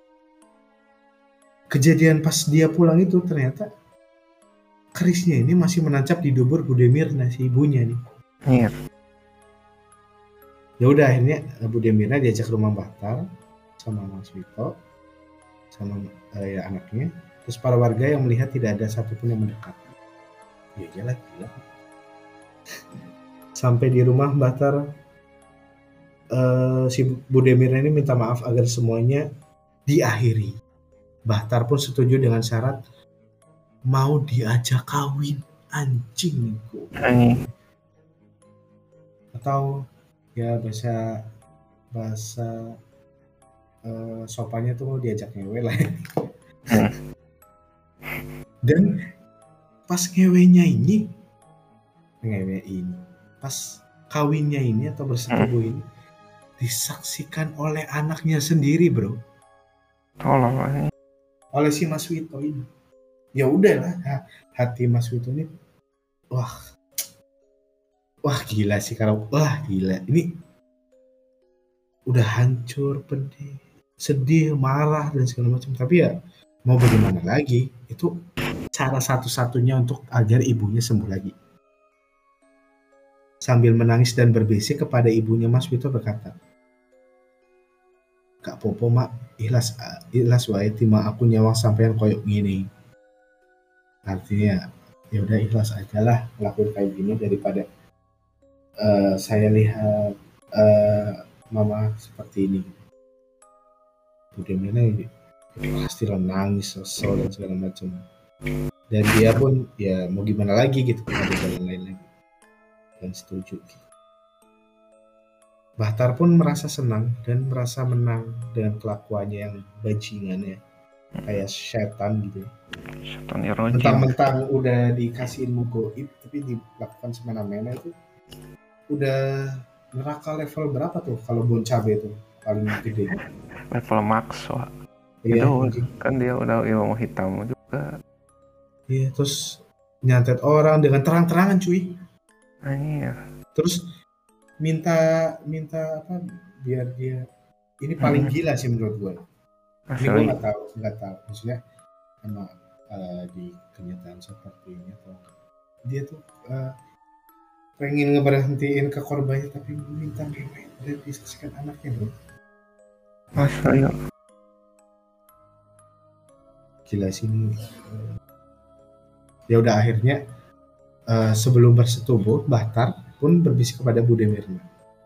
Kejadian pas dia pulang itu ternyata kerisnya ini masih menancap di dubur Bude Mirna si ibunya nih. Iya. Ya udah akhirnya Bude Mirna diajak ke rumah Mbah Tar sama Mas Wito sama eh, ya, anaknya. Terus para warga yang melihat tidak ada satupun yang mendekat. Ya iyalah gila. Sampai di rumah Mbah Tar, uh, si Bude Mirna ini minta maaf agar semuanya diakhiri. Mbah Tar pun setuju dengan syarat mau diajak kawin. Anjing nih. Atau ya bahasa bahasa uh, sopannya tuh diajak ngewe lah. Dan pas ngewenya ini ngewe ini pas kawinnya ini atau bersetubuh ini disaksikan oleh anaknya sendiri bro. Tolong. Oleh si Mas Wito ini. Ya udahlah, hati Mas Wito ini wah wah gila sih kalau wah gila ini udah hancur, pedih, sedih, marah dan segala macam. Tapi ya mau bagaimana lagi, itu cara satu-satunya untuk agar ibunya sembuh lagi. Sambil menangis dan berbisik kepada ibunya, Mas Wito berkata, Kak Popo mak, ikhlas ikhlas wae tima aku nyawang sampean koyok gini. Artinya ya udah ikhlas aja lah ngelakuin kayak gini daripada uh, saya lihat uh, mama seperti ini. Bude Mirna pasti lah nangis, sesal dan segala macam. Dan dia pun ya mau gimana lagi gitu, kan ada jalan lain lagi. Dan setuju. Mbah Tar pun merasa senang dan merasa menang dengan kelakuannya yang bajingannya, kayak setan gitu. Setan Irojim. Mentang-mentang udah dikasihin mugoib, tapi dilakukan semena-mena itu udah neraka level berapa tuh kalau bon cabe tuh paling gede? Level max wah. Iya, itu kan dia udah ilmu hitam juga. Iya, terus nyantet orang dengan terang-terangan cuy. Anjir. Terus minta minta apa biar dia ini paling hmm. gila sih menurut gue. Ini gue nggak tahu nggak tahu maksudnya sama uh, di kenyataan seperti ini atau dia tuh uh, pengen ngeberhentiin ke korbannya tapi minta ngewe dan disaksikan anaknya bro. Masa ya? Gila sih ini. Uh, ya udah akhirnya uh, sebelum bersetubuh Mbah Tar pun berbisik kepada Bude Mirna.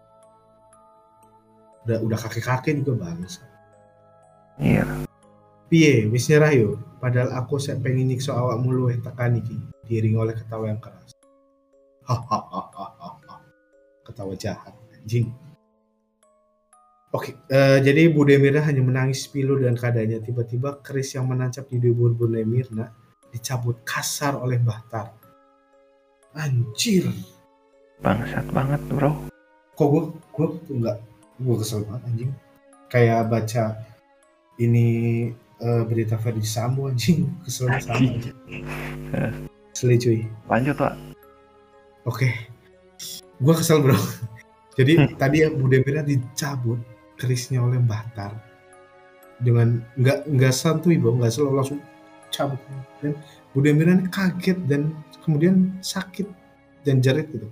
Udah udah kakek-kakek juga bangsa. Iya. Piye wis nyerah yo, padahal aku saya pengen nyiksa awakmu luwih tekan iki, diiringi oleh ketawa yang keras. Hahaha. Ketawa jahat anjing. Oke, uh, jadi Bude Mirna hanya menangis pilu dan keadaannya tiba-tiba keris yang menancap di dubur Bude Mirna dicabut kasar oleh Mbah Tar. Anjir. Bangsat banget bro. Kok gue gue tuh nggak gue kesel banget anjing. Kayak baca ini uh, berita Ferdi Sambo anjing, kesel banget. Kesel cuy. Lanjut pak. Oke, gue kesel bro. Jadi hmm. tadi ya Bude Mirna dicabut kerisnya oleh Mbah Tar dengan nggak nggak santuy bro, nggak selalu langsung cabut. Dan Bude Mirna kaget dan kemudian sakit dan jerit gitu.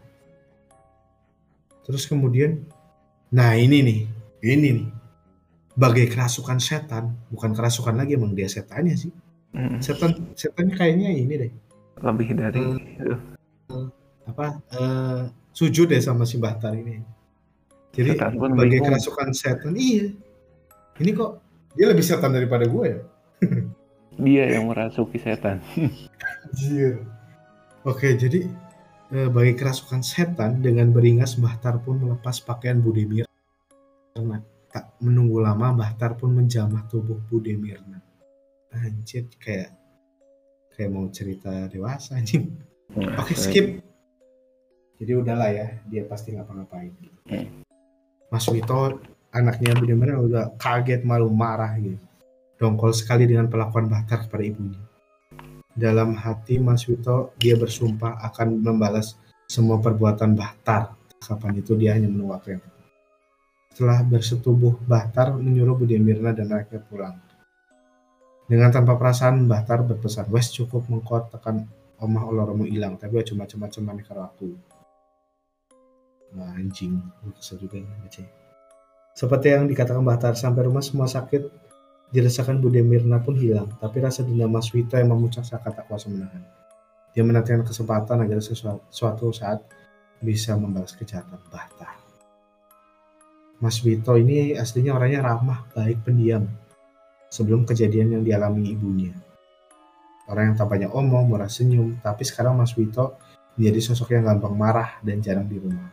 Terus kemudian, nah ini nih, ini nih, bagai kerasukan setan, bukan kerasukan lagi emang dia setannya sih. Mm. Setan, setannya kayaknya ini deh. Lebih dari uh, uh, apa? Uh, sujud deh sama si Mbah Tar ini. Jadi bagai kerasukan setan, iya. Ini kok dia lebih setan daripada gue ya? Dia yang merasuki setan. Anjir. Oke, jadi eh, bagi kerasukan setan dengan beringas Bahtar pun melepas pakaian Budemirna. Tak menunggu lama Bahtar pun menjamah tubuh Budemirna. Anjir, kayak kayak mau cerita dewasa anjing. Nah, Oke, so- skip. Jadi udahlah ya, dia pasti ngapa-ngapain. Hmm. Mas Wito, anaknya Budemirna udah kaget, malu, marah gitu. Dongkol sekali dengan perlakuan Bahtar kepada ibunya. Dalam hati Mas Wito, dia bersumpah akan membalas semua perbuatan Bahtar. Kapan itu dia hanya menunggu waktu yang tepat. Setelah bersetubuh, Bahtar menyuruh Budemirna dan anaknya pulang. Dengan tanpa perasaan, Bahtar berpesan, "Wes cukup mengkot tekan omah oloromu hilang, tapi cuma macam-macam maneh karo aku." Nah, anjing, gue kesel juga ya baca. Seperti yang dikatakan Bahtar, sampai rumah semua sakit dirasakan Budemirna pun hilang, tapi rasa dendam Mas Wito yang memuncak seakan tak kuasa menahan. Dia menantikan kesempatan agar sesuatu, suatu saat bisa membalas kejahatan Bahtar. Mas Wito ini aslinya orangnya ramah, baik, pendiam. Sebelum kejadian yang dialami ibunya. Orang yang tak banyak omong, murah senyum, tapi sekarang Mas Wito menjadi sosok yang gampang marah dan jarang di rumah.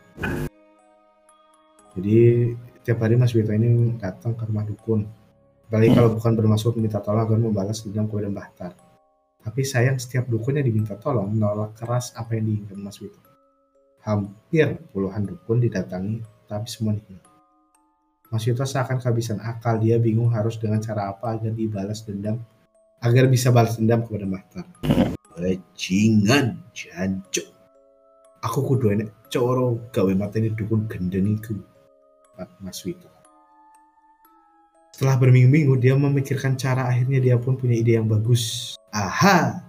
Jadi tiap hari Mas Wito ini datang ke rumah dukun. Apalagi kalau bukan bermaksud minta tolong agar membalas dendam kepada Bahtar. Tapi sayang setiap dukun yang diminta tolong menolak keras apa yang diinginkan Mas Wito. Hampir puluhan dukun didatangi, tapi semua nihil. Mas Wito seakan kehabisan akal, dia bingung harus dengan cara apa agar dibalas dendam, agar bisa balas dendam kepada Bahtar. Bajingan, jancuk. Aku kudu enek coro gawe mateni dukun gendeng iku. Mas Wito. Setelah berminggu-minggu dia memikirkan cara, akhirnya dia pun punya ide yang bagus. Aha.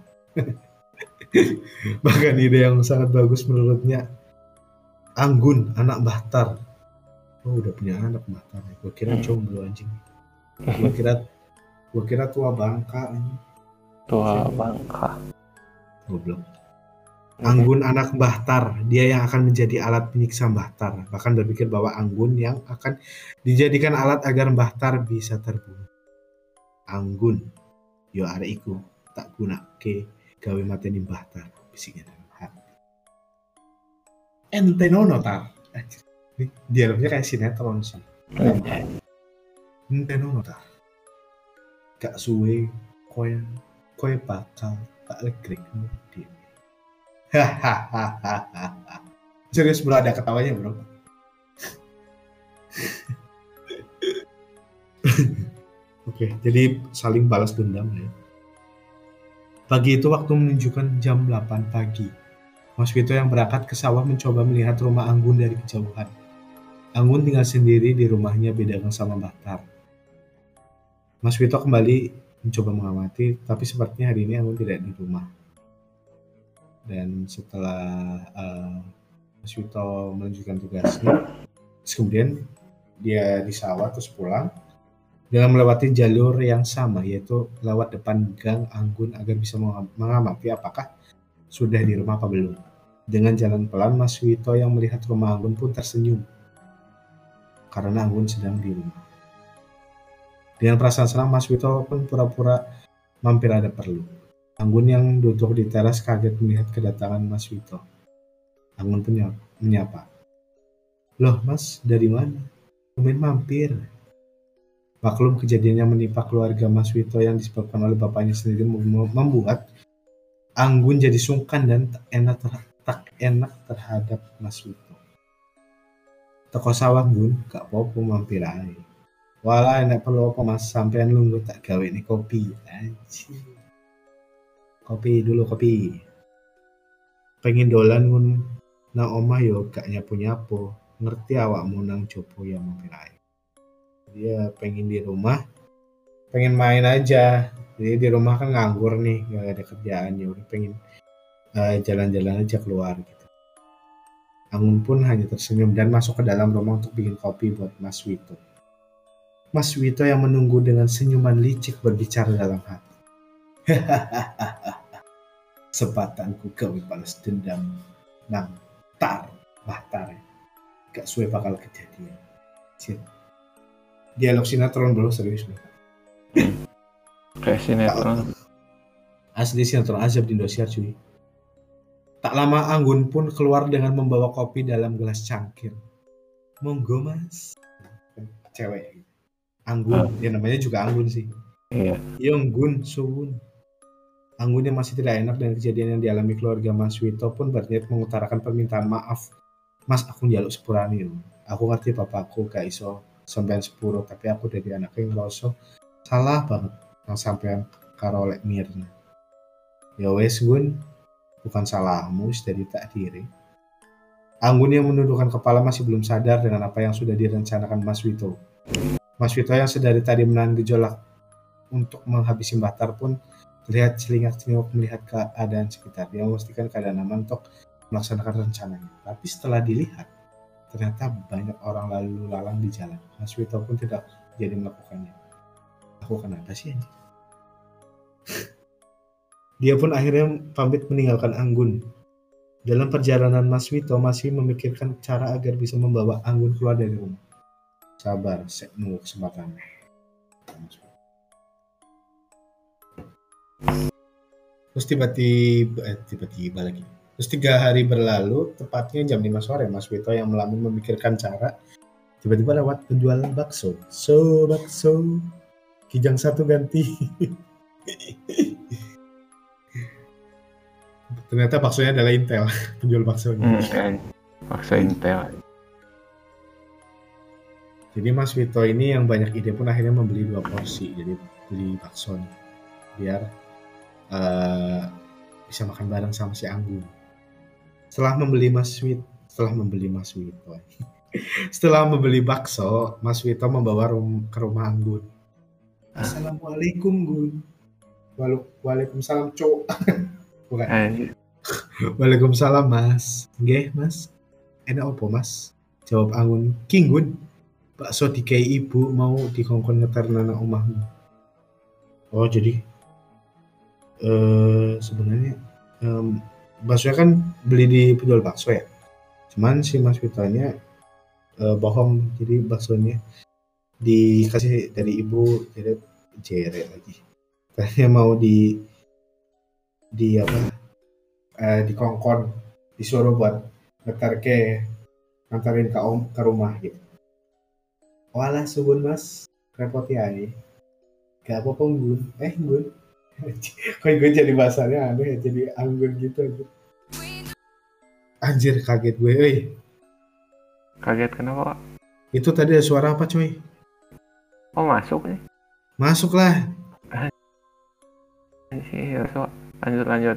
Bahkan ide yang sangat bagus menurutnya. Anggun, anak Bahtar. Oh, udah punya anak Bahtar. Gue kira jomblo anjing. Gue kira gue kira tua bangka anjing. Tua bangka. Goblok. Anggun anak Bahtar, dia yang akan menjadi alat penyiksa Bahtar. Bahkan berpikir bahwa Anggun yang akan dijadikan alat agar Bahtar bisa terbunuh. Anggun, yo arek iku tak gunake gawe mateni Bahtar, bisiknya dalam hati. Ente nono tar. Dialognya kayak sinetron sih. Ente nono tar. Gak suwe koe koe bakal tak legrek dia. Hahaha. Serius bro, ada ketawanya bro. Oke, jadi saling balas dendam ya. Pagi itu waktu menunjukkan jam delapan pagi. Mas Wito yang berangkat ke sawah mencoba melihat rumah Anggun dari kejauhan. Anggun tinggal sendiri di rumahnya beda sama Bahtar. Mas Wito kembali mencoba mengamati, tapi sepertinya hari ini Anggun tidak di rumah. Dan setelah uh, Mas Wito menunjukkan tugasnya, terus kemudian dia di sawah terus pulang dengan melewati jalur yang sama, yaitu lewat depan gang Anggun agar bisa mengamati apakah sudah di rumah apa belum. Dengan jalan pelan, Mas Wito yang melihat rumah Anggun pun tersenyum karena Anggun sedang di rumah. Dengan perasaan senang, Mas Wito pun pura-pura mampir ada perlu. Anggun yang duduk di teras kaget melihat kedatangan Mas Wito. Anggun pun menyapa. "Loh Mas, dari mana? Tumben mampir." Maklum kejadian yang menimpa keluarga Mas Wito yang disebabkan oleh bapaknya sendiri membuat Anggun jadi sungkan dan tak enak, ter- tak enak terhadap Mas Wito. "Teko sawah Gun, gak apa-apa mampir ae. Walah enak perlu apa Mas, sampean lungguh tak gawe nih kopi." Anjir. Kopi dulu kopi. Pengen dolan Gun nang omah yo gak nyapu-nyapu. Ngerti awakmu nang jopo ya mampir ae. Dia pengen di rumah, pengen main aja. Jadi di rumah kan nganggur nih, gak ada kerjaan, ya udah pengen uh, jalan-jalan aja keluar gitu. Anggun pun hanya tersenyum dan masuk ke dalam rumah untuk bikin kopi buat Mas Wito. Mas Wito yang menunggu dengan senyuman licik berbicara dalam hati. Sepatanku gawe balas dendam nang tar Bahtar. Gak suwe bakal kejadian. Cip. Dialog sinetron bro, serius bro. Kayak sinetron. Asli sinetron azab di Indosiar cuy. Tak lama Anggun pun keluar dengan membawa kopi dalam gelas cangkir. Monggo mas. Cewek. Anggun, ya namanya juga Anggun sih. Iya. Yonggun Suwun. Anggun yang masih tidak enak dengan kejadian yang dialami keluarga Mas Wito pun berniat mengutarakan permintaan maaf. Mas, aku njaluk sepurane lho. Aku ngerti bapakku gak iso sampean sepuro, tapi aku dari anaknya ngerasa salah banget yang sampean karo lek Mirna. Ya wes Gun, bukan salahmu, dari takdiri. Anggun yang menundukkan kepala masih belum sadar dengan apa yang sudah direncanakan Mas Wito. Mas Wito yang sedari tadi menahan gejolak untuk menghabisi Bahtar pun terlihat celingak-celinguk melihat keadaan sekitar. Dia memastikan keadaan aman untuk melaksanakan rencananya. Tapi setelah dilihat, ternyata banyak orang lalu lalang di jalan. Mas Wito pun tidak jadi melakukannya. Aku kenapa sih anjing? Dia pun akhirnya pamit meninggalkan Anggun. Dalam perjalanan Mas Wito masih memikirkan cara agar bisa membawa Anggun keluar dari rumah. Sabar, saya nunggu kesempatan. Terus tiba-tiba, eh, tiba-tiba lagi. Terus tiga hari berlalu, tepatnya jam lima sore, Mas Wito yang melamun memikirkan cara, tiba-tiba lewat penjual bakso. So, bakso, kijang satu ganti. Ternyata baksonya adalah Intel, penjual baksonya. Hmm, bakso Intel. Jadi Mas Wito ini yang banyak ide pun akhirnya membeli dua porsi, jadi beli bakso nih, biar uh, bisa makan bareng sama si Anggun. Setelah membeli Mas Wito, setelah membeli Mas Wito, setelah membeli bakso, Mas Wito membawa rum, ke rumah Anggun. Assalamualaikum Gun. Waalaikumsalam cok. Bukan. Eh. Waalaikumsalam Mas. Nggih Mas. Enak opo Mas? Jawab Anggun. King Gun. Bakso dikei ibu mau dikongkon ngeter nana omahmu. Oh jadi eh sebenarnya um, baksonya kan beli di penjual bakso ya. Cuman si Mas Witonya uh, bohong, jadi baksonya dikasih dari ibu, jadi jere lagi. Katanya mau di di apa? Uh, dikongkon, disuruh buat ngeter ke ngantarin ke om ke rumah gitu. Walah sugun Mas, repot ya ini. Gak apa-apa Gun, eh Gun. Kok gue jadi bahasanya aneh, jadi Anggun gitu aja. Anjir kaget gue, oi. Kaget kenapa? Itu tadi ada suara apa coy? Oh masuk nih. Masuk lah. Iya, so, lanjut lanjut.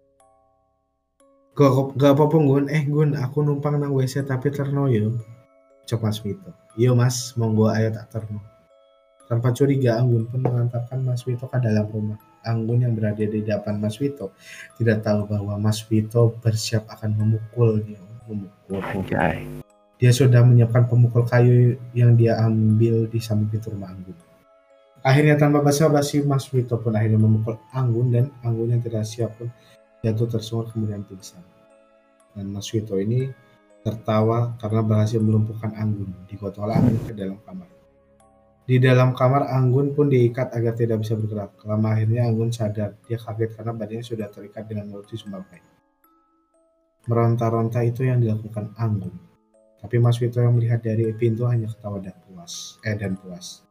Gak, gak apa-apa Gun, eh Gun, aku numpang nang W C tapi terno yo. Cok Mas Wito. Yo Mas, monggo ayo tak terno. Tanpa curiga Anggun pun mengantarkan Mas Wito ke dalam rumah. Anggun yang berada di depan Mas Wito tidak tahu bahwa Mas Wito bersiap akan memukulnya. Memukul. Anjay. Dia sudah menyiapkan pemukul kayu yang dia ambil di samping pintu rumah Anggun. Akhirnya tanpa basa-basi Mas Wito pun akhirnya memukul Anggun, dan Anggun yang tidak siap pun jatuh tersungut kemudian pingsan. Dan Mas Wito ini tertawa karena berhasil melumpuhkan Anggun. Digotol Anggun ke dalam kamar. Di dalam kamar Anggun pun diikat agar tidak bisa bergerak. Lama akhirnya Anggun sadar. Dia kaget karena badannya sudah terikat dengan mulut disembangkai. Meronta-ronta itu yang dilakukan Anggun. Tapi Mas Wito yang melihat dari pintu hanya ketawa dan puas. Eh dan puas.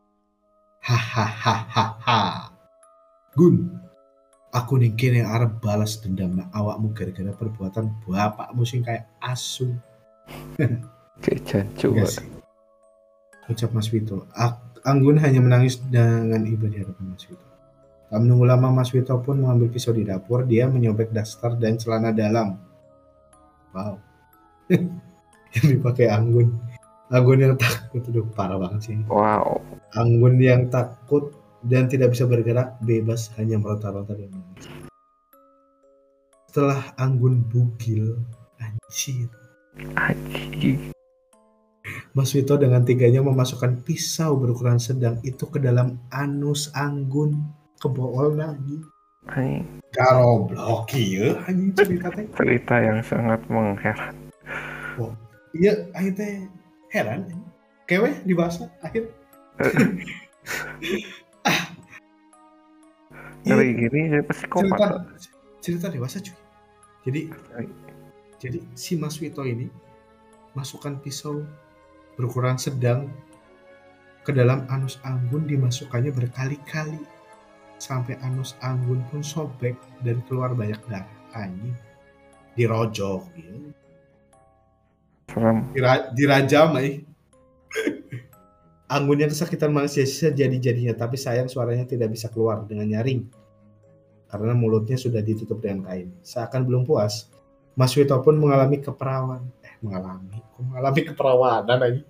Hahaha. Gun, aku ning kene arep balas dendam nak awakmu gara-gara perbuatan bapakmu sing kayak asu. Jajan coba. Ucap Mas Wito. Anggun hanya menangis dengan iba di hadapan Mas Wito. Tak menunggu lama Mas Wito pun mengambil pisau di dapur. Dia menyobek daster dan celana dalam. Wow. Yang dipakai Anggun. Anggun yang takut, itu parah banget sih. Wow. Anggun yang takut dan tidak bisa bergerak, bebas hanya meronta-ronta dan menangis. Setelah Anggun bugil, anjir. Anjir. Mas Wito dengan teganya memasukkan pisau berukuran sedang itu ke dalam anus Anggun, kebool lagi. Anjir. Karoblok iya anjing cerita teh. Cerita yang sangat mengheran. Oh, iya akhirnya heran. Kewe dibahas akhir. Ngeri gini saya psikopat. cerita cerita dewasa cuy. Jadi jadi si Mas Wito ini masukkan pisau berukuran sedang ke dalam anus Anggun, dimasukkannya berkali-kali sampai anus Anggun pun sobek dan keluar banyak darah. Anjing, dirojok gitu. Serem. Dira, dirajam eh. Anggun yang kesakitan manusia jadi-jadinya, tapi sayang suaranya tidak bisa keluar dengan nyaring karena mulutnya sudah ditutup dengan kain. Seakan belum puas, Mas Wito pun mengalami keperawan. Eh, mengalami, kok mengalami keperawanan lagi.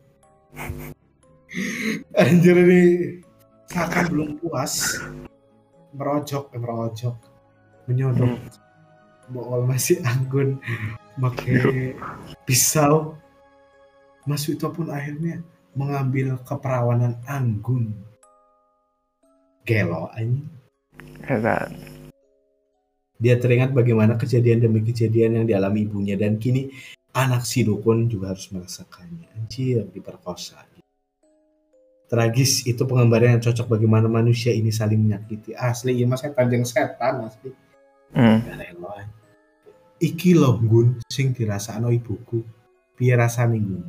Anjir ini, seakan belum puas, merojok, eh, merojok, menyodok, bool masih Anggun, pakai pisau. Mas Wito pun akhirnya mengambil keperawanan Anggun. Gelo anjing. Dia teringat bagaimana kejadian demi kejadian yang dialami ibunya, dan kini anak si dukun juga harus merasakannya. Anjir, diperkosa. Tragis, itu penggambaran yang cocok bagaimana manusia ini saling menyakiti. Asli, iya mas setan jeung setan asli. Hmm. Iki loh Gun sing dirasakno ibuku. Piye rasane Gun?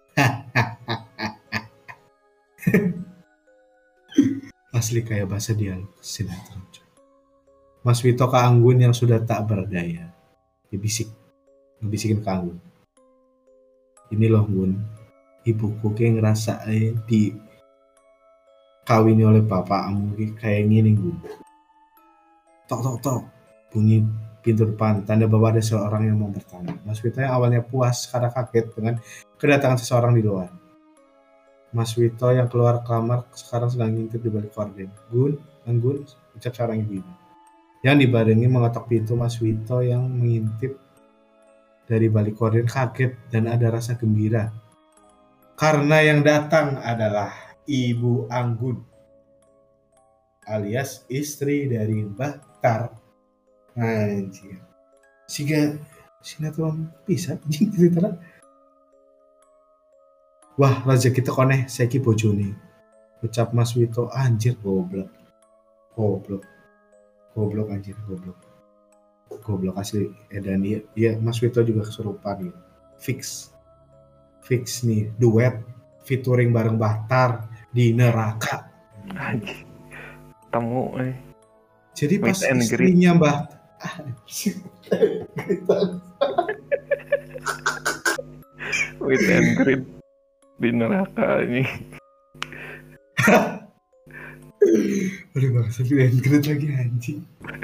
Asli kayak bahasa dialog sinetron. Mas Wito ke Anggun yang sudah tak berdaya. Dibisik, ngebisikin ke Anggun. Ini loh Gun, ibuku kayak ngerasa eh, di kawini oleh bapakmu kayak gini Gun. Tok tok tok, bunyi pintu depan, tanda bahwa ada seorang yang mau bertanya. Mas Wito yang awalnya puas karena kaget dengan kedatangan seseorang di luar. Mas Wito yang keluar kamar sekarang sedang ngintip di balik korden. Gun, Anggun, ucap seorang ibu. Yang dibarengi mengetok pintu. Mas Wito yang mengintip dari balik korden kaget dan ada rasa gembira. Karena yang datang adalah Ibu Anggun, alias istri dari Mbah Tar. Anjir. Siga sinetron bisa anjing cerita. Wah, rezeki kita koneh saiki bojone. Ucap Mas Wito. Anjir, goblok. Goblok. Goblok anjir, goblok. Goblok asli. Edan iya, iya Mas Wito juga kesurupan ya. Fix. Fix nih, duet featuring bareng Bahtar di neraka. Anjir. Temu eh. Jadi pas istrinya Mbah With and greet di neraka ini. Aduh bangsa with and greet lagi anjing.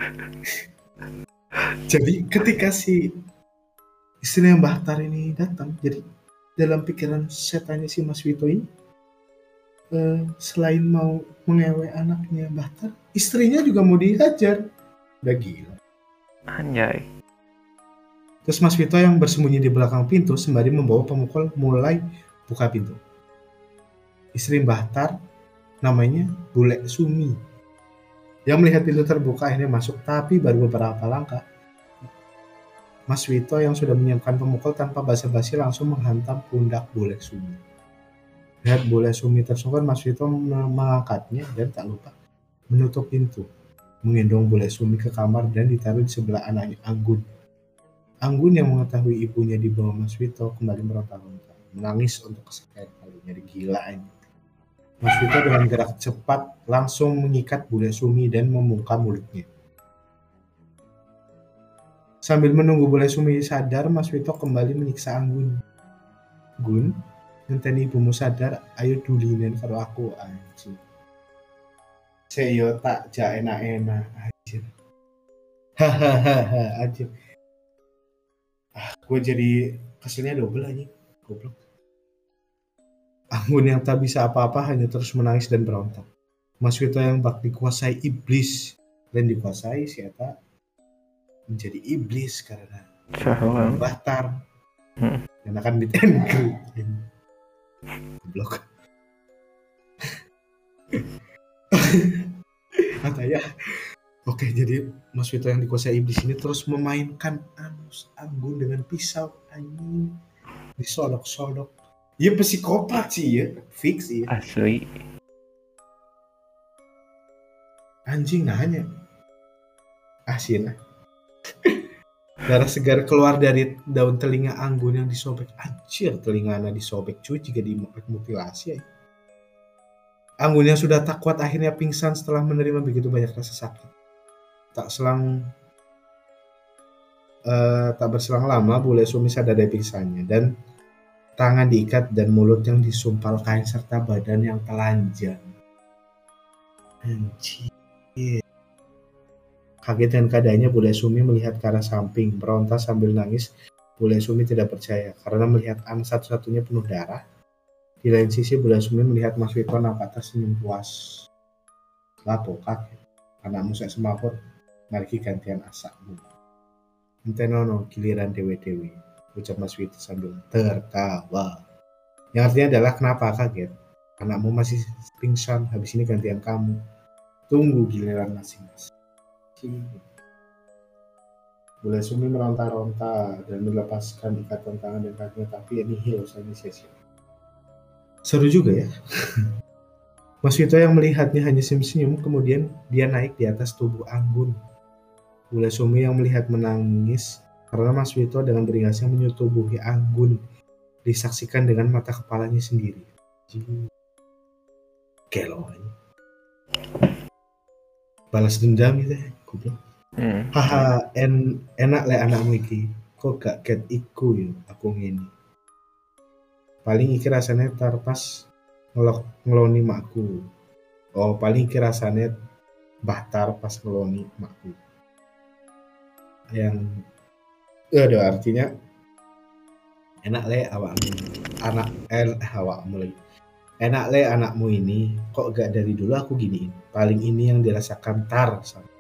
Jadi ketika si istrinya Mbah Tar ini datang, jadi dalam pikiran setannya si Mas Wito ini, eh, selain mau mengewe anaknya Mbah Tar, istrinya juga mau dihajar. Udah gila. Anjay. Terus Mas Wito yang bersembunyi di belakang pintu sembari membawa pemukul mulai buka pintu. Istri Mbah Tar namanya Bule Sumi. Yang melihat pintu terbuka akhirnya masuk, tapi baru beberapa langkah. Mas Wito yang sudah menyiapkan pemukul tanpa basa-basi langsung menghantam pundak Bule Sumi. Lihat Bule Sumi tersungkur, Mas Wito mengangkatnya dan tak lupa menutup pintu. Menggendong Bule Sumi ke kamar dan ditaruh di sebelah anaknya Anggun. Anggun yang mengetahui ibunya di bawah Mas Wito kembali meronta-ronta, menangis untuk kesekian kalinya. Gila ini. Mas Wito dengan gerak cepat langsung mengikat Bule Sumi dan membuka mulutnya. Sambil menunggu Bule Sumi sadar, Mas Wito kembali menyiksa Anggun. Gun, ngenteni ibumu sadar, ayo dulinen karo aku anjing. Seyo tak ja enak-enak anjir. Hahaha anjir. Ah, gue jadi keselnya double anjing. Goblok. Anggun yang tak bisa apa-apa hanya terus menangis dan berontak. Mas Wito yang bak dikuasai iblis dan dikuasai si Eta menjadi iblis karena Bahtar hmm. dan akan ditenggelam. Goblok. Katanya oke, jadi Mas Wito yang dikuasai iblis ini terus memainkan anus Anggun dengan pisau anjing, disodok-sodok. Ya psikopat sih ya, fix ya. Asli. Anjing nanya, Asin. Darah segar keluar dari daun telinga Anggun yang disobek. Anjir, telinganya disobek cuy jika dimutilasi ya. Anggun yang sudah tak kuat akhirnya pingsan setelah menerima begitu banyak rasa sakit. Tak selang uh, tak berselang lama Bule Sumi sadar dari pingsannya dan tangan diikat dan mulut yang disumpal kain serta badan yang telanjang. Anjir. Kaget dengan keadaannya, Bule Sumi melihat ke arah samping, meronta sambil nangis. Bule Sumi tidak percaya karena melihat anak satu-satunya penuh darah. Di lain sisi, Bule Sumi melihat Mas Wito nampak tersenyum puas. Lapo kaget, anakmu saya semaput, mari gantian asakmu. Ente nono giliran dewe-dewe, ucap Mas Wito sambil tertawa. Yang artinya adalah kenapa kaget? Anakmu masih pingsan, habis ini gantian kamu. Tunggu giliran masing-masing. Bule Sumi meronta-ronta dan melepaskan ikatan tangan dan kakinya, tapi nihil usahanya sia-sia. Seru juga ya. Mas Wito yang melihatnya hanya senyum-senyum, kemudian dia naik di atas tubuh Anggun. Bule Sumi yang melihat menangis karena Mas Wito dengan beringasnya menyetubuhi Anggun, disaksikan dengan mata kepalanya sendiri. Gelo aja. Balas dendam gitu ya. Hmm. Haha, en, enak le anakmu iki. Kok gak get iku yo aku ngene. Paling iki rasane tarpas ngelok ngeloni makku. Oh, paling iki rasane bahtar pas ngeloni makku. Yang ada artinya enak le awakmu. Anak el awakmu lagi. Enak le anakmu ini, kok gak dari dulu aku giniin. Paling ini yang dirasakan tar sama.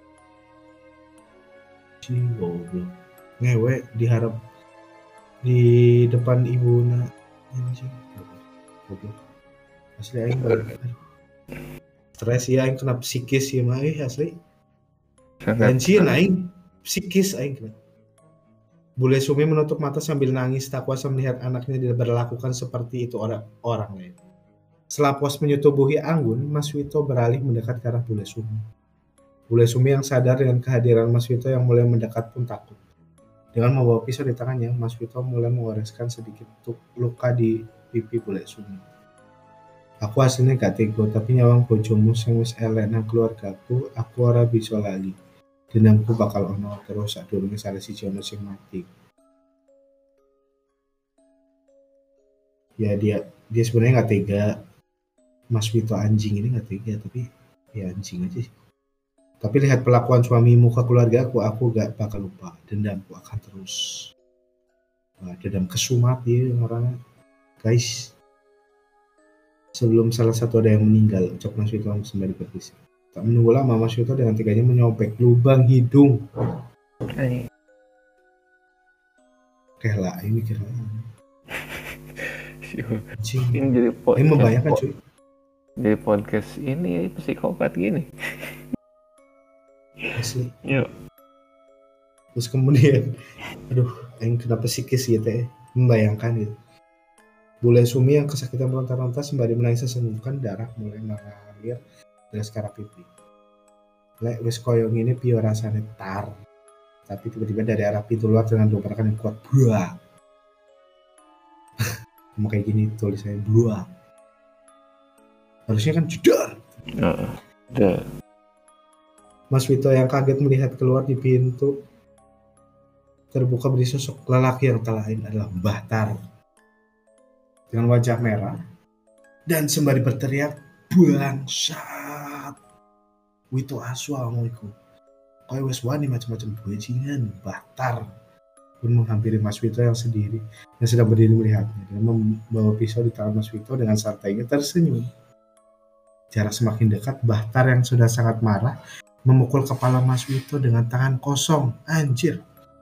Goblok. Ngewe diharap di depan ibu nak ini sih. Goblok. Asli aing stres ya, aing kena psikis ya mah eh asli. Anjir aing psikis aing kena. Bule Sumi menutup mata sambil nangis, tak kuasa melihat anaknya diperlakukan seperti itu orang orang lain. Setelah puas menyetubuhi Anggun, Mas Wito beralih mendekat ke arah Bule Sumi. Bule Sumi yang sadar dengan kehadiran Mas Wito yang mulai mendekat pun takut. Dengan membawa pisau di tangannya, Mas Wito mulai mengoreskan sedikit luka di pipi Bule Sumi. Aku aslinya gak tega, tapi nyawang bojomu sing wis elek nang keluargaku, aku ora bisa lali. Dendamku bakal ono terus sadurunge salah siji ono sing mati. Ya dia dia sebenarnya gak tega. Mas Wito anjing ini gak tega, tapi ya anjing aja sih. Tapi lihat perlakuan suamimu ke keluarga aku, aku gak bakal lupa. Dendamku akan terus. Wah, dendam kesumat ya orang. Guys, sebelum salah satu ada yang meninggal, ucap Mas Wito sembari berpisah. Tak menunggu lama, Mas Wito dengan teganya menyobek lubang hidung. Kela, ini kira. Ini jadi podcast. Ini membayangkan cuy. Jadi podcast ini psikopat gini. Asli. Yuk. Terus kemudian, aduh, yang kenapa psikis gitu ya, membayangkan gitu. Bule Sumi yang kesakitan meronta-ronta sembari menangis sesungguhkan, darah mulai mengalir dari sekarang pipi. Lek wis koyong ini pio rasanya tar, tapi tiba-tiba dari arah pintu luar dengan dobrakan yang kuat, buah. Mau kayak gini tulisannya buah. Harusnya kan jedar. Uh, jedar. Mas Wito yang kaget melihat keluar di pintu terbuka beri sosok lelaki yang tak lain adalah Mbah Tar dengan wajah merah dan sembari berteriak, bangsat Wito asu amoiku kowe wis wani macam-macam bajingan. Mbah Tar pun menghampiri Mas Wito yang sendiri yang sedang berdiri melihatnya dan membawa pisau di tangan Mas Wito dengan santainya tersenyum. Jarak semakin dekat, Mbah Tar yang sudah sangat marah memukul kepala Mas Wito dengan tangan kosong. Anjir.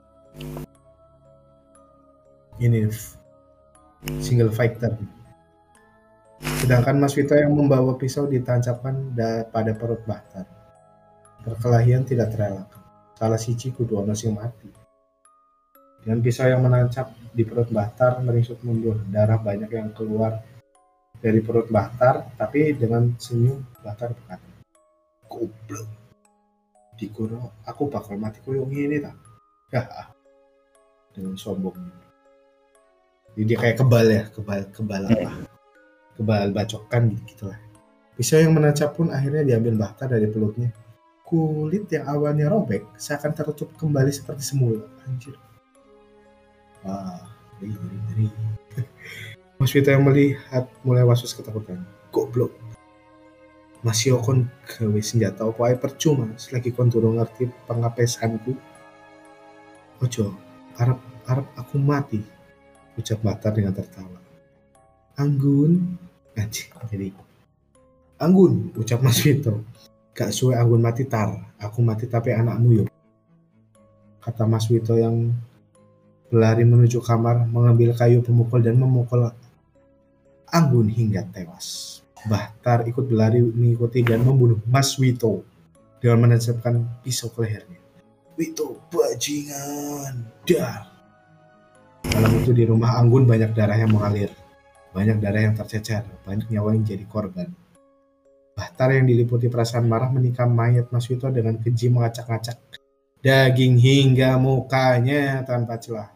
Ini single fighter. Sedangkan Mas Wito yang membawa pisau ditancapkan pada perut Mbah Tar. Perkelahian tidak terelakkan. Salah siji kudu ono sing mati. Dengan pisau yang menancap di perut Mbah Tar meringsut mundur. Darah banyak yang keluar dari perut Mbah Tar, tapi dengan senyum Mbah Tar berkata, "Goblok. di kono aku bakal mati koyo ngene ta. Hahaha. Dengan sombong. Jadi dia kayak kebal ya, kebal kebal apa? Kebal bacokan gitu lah. Pisau yang menancap pun akhirnya diambil Bahtar dari pelutnya. Kulit yang awalnya robek seakan tertutup kembali seperti semula. Anjir. Wah, ngeri, ngeri, ngeri. Mas Vito yang melihat mulai was-was ketakutan. Goblok. Masih kon gawe senjata opo ae percuma selagi kon durung ngerti pengapesanku. Ojo, arep arep aku mati. Ucap Bahtar dengan tertawa. Anggun, anjir, jadi Anggun, ucap Mas Vito. Gak suwe Anggun mati tar, aku mati tapi anakmu yuk. Kata Mas Vito yang berlari menuju kamar, mengambil kayu pemukul dan memukul Anggun hingga tewas. Bahtar ikut berlari mengikuti dan membunuh Mas Vito dengan menancapkan pisau ke lehernya. Vito, bajingan, dar. Malam itu di rumah Anggun banyak darah yang mengalir, banyak darah yang tercecer, banyak nyawa yang jadi korban. Bahtar yang diliputi perasaan marah menikam mayat Mas Vito dengan keji mengacak-ngacak daging hingga mukanya tanpa celah.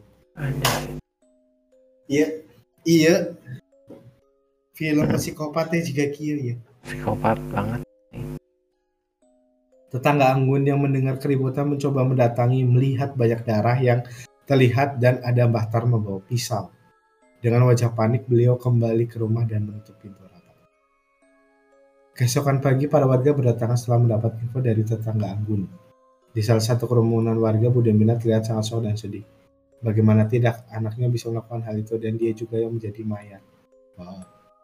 Iya, iya. Film psikopatnya juga kia ya. Psikopat banget. Tetangga Anggun yang mendengar keributan mencoba mendatangi melihat banyak darah yang terlihat dan ada Bahtar membawa pisau. Dengan wajah panik beliau kembali ke rumah dan menutup pintu rapat. Keesokan pagi para warga berdatangan setelah mendapat info dari tetangga Anggun. Di salah satu kerumunan warga, Bu Demina terlihat sangat shock dan sedih. Bagaimana tidak, anaknya bisa melakukan hal itu dan dia juga yang menjadi mayat. Wow.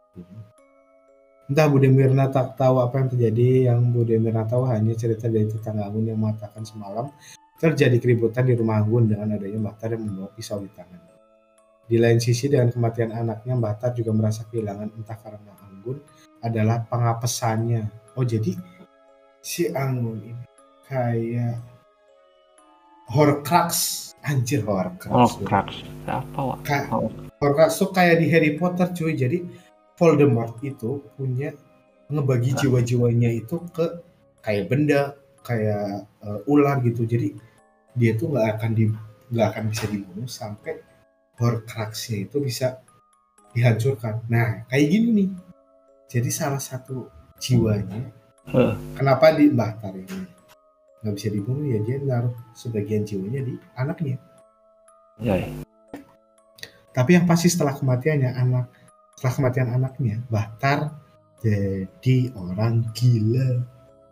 Entah Bu Demirna tak tahu apa yang terjadi, yang Bu Demirna tahu hanya cerita dari tetangga Anggun yang mengatakan semalam terjadi keributan di rumah Anggun dengan adanya Bahtar yang membawa pisau di tangan. Di lain sisi dengan kematian anaknya, Bahtar juga merasa kehilangan entah karena Anggun adalah pengapesannya. Oh jadi si Anggun ini kayak Horcrux, anjir Horcrux. Horcrux, apa wak? Ka- Horcrux tuh kayak di Harry Potter cuy. Jadi Voldemort itu punya ngebagi jiwa-jiwanya itu ke kayak benda, kayak uh, ular gitu. Jadi dia tuh nggak akan di nggak akan bisa dibunuh sampai Horcruxnya itu bisa dihancurkan. Nah kayak gini nih. Jadi salah satu jiwanya, Huh. kenapa di Bahtar ini nggak bisa dibunuh ya, dia naruh sebagian jiwanya di anaknya. Ya, ya. Tapi yang pasti setelah kematiannya anak, setelah kematian anaknya, Bahtar jadi orang gila.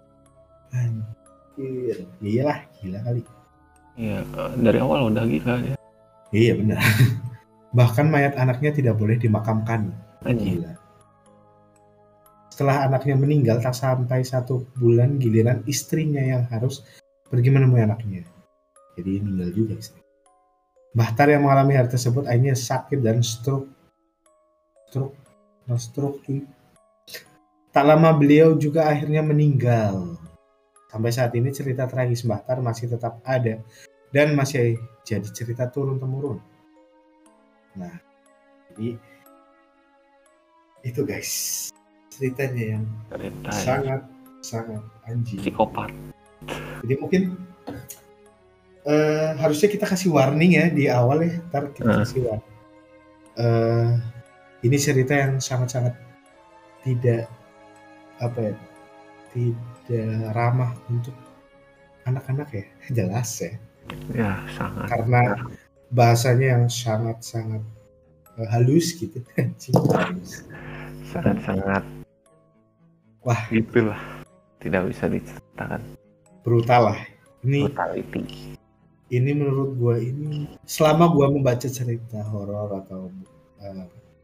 Anjir, iyalah gila kali. Iya, dari awal udah gila ya. Iya benar. Bahkan mayat anaknya tidak boleh dimakamkan. Anjir. Gila. Setelah anaknya meninggal, tak sampai satu bulan giliran istrinya yang harus pergi menemui anaknya. Jadi meninggal juga istri. Bahtar yang mengalami hal tersebut akhirnya sakit dan stroke. Stroke, nah stroke cuy. Tak lama beliau juga akhirnya meninggal. Sampai saat ini cerita tragis Bahtar masih tetap ada dan masih jadi cerita turun-temurun. Nah, jadi itu guys. Ceritanya yang Cerita sangat sangat anjing. psikopat. Jadi mungkin uh, harusnya kita kasih warning ya di awal ya, ntar kita Uh. kasih warning. Uh, ini cerita yang sangat-sangat tidak apa ya, tidak ramah untuk anak-anak ya, jelas ya. Ya sangat. Karena bahasanya yang sangat-sangat uh, halus gitu, anjing halus. Sangat-sangat. Wah, Gitulah, tidak bisa diceritakan. brutal lah. Ini Brutality. ini menurut gue ini selama gue membaca cerita horor atau uh,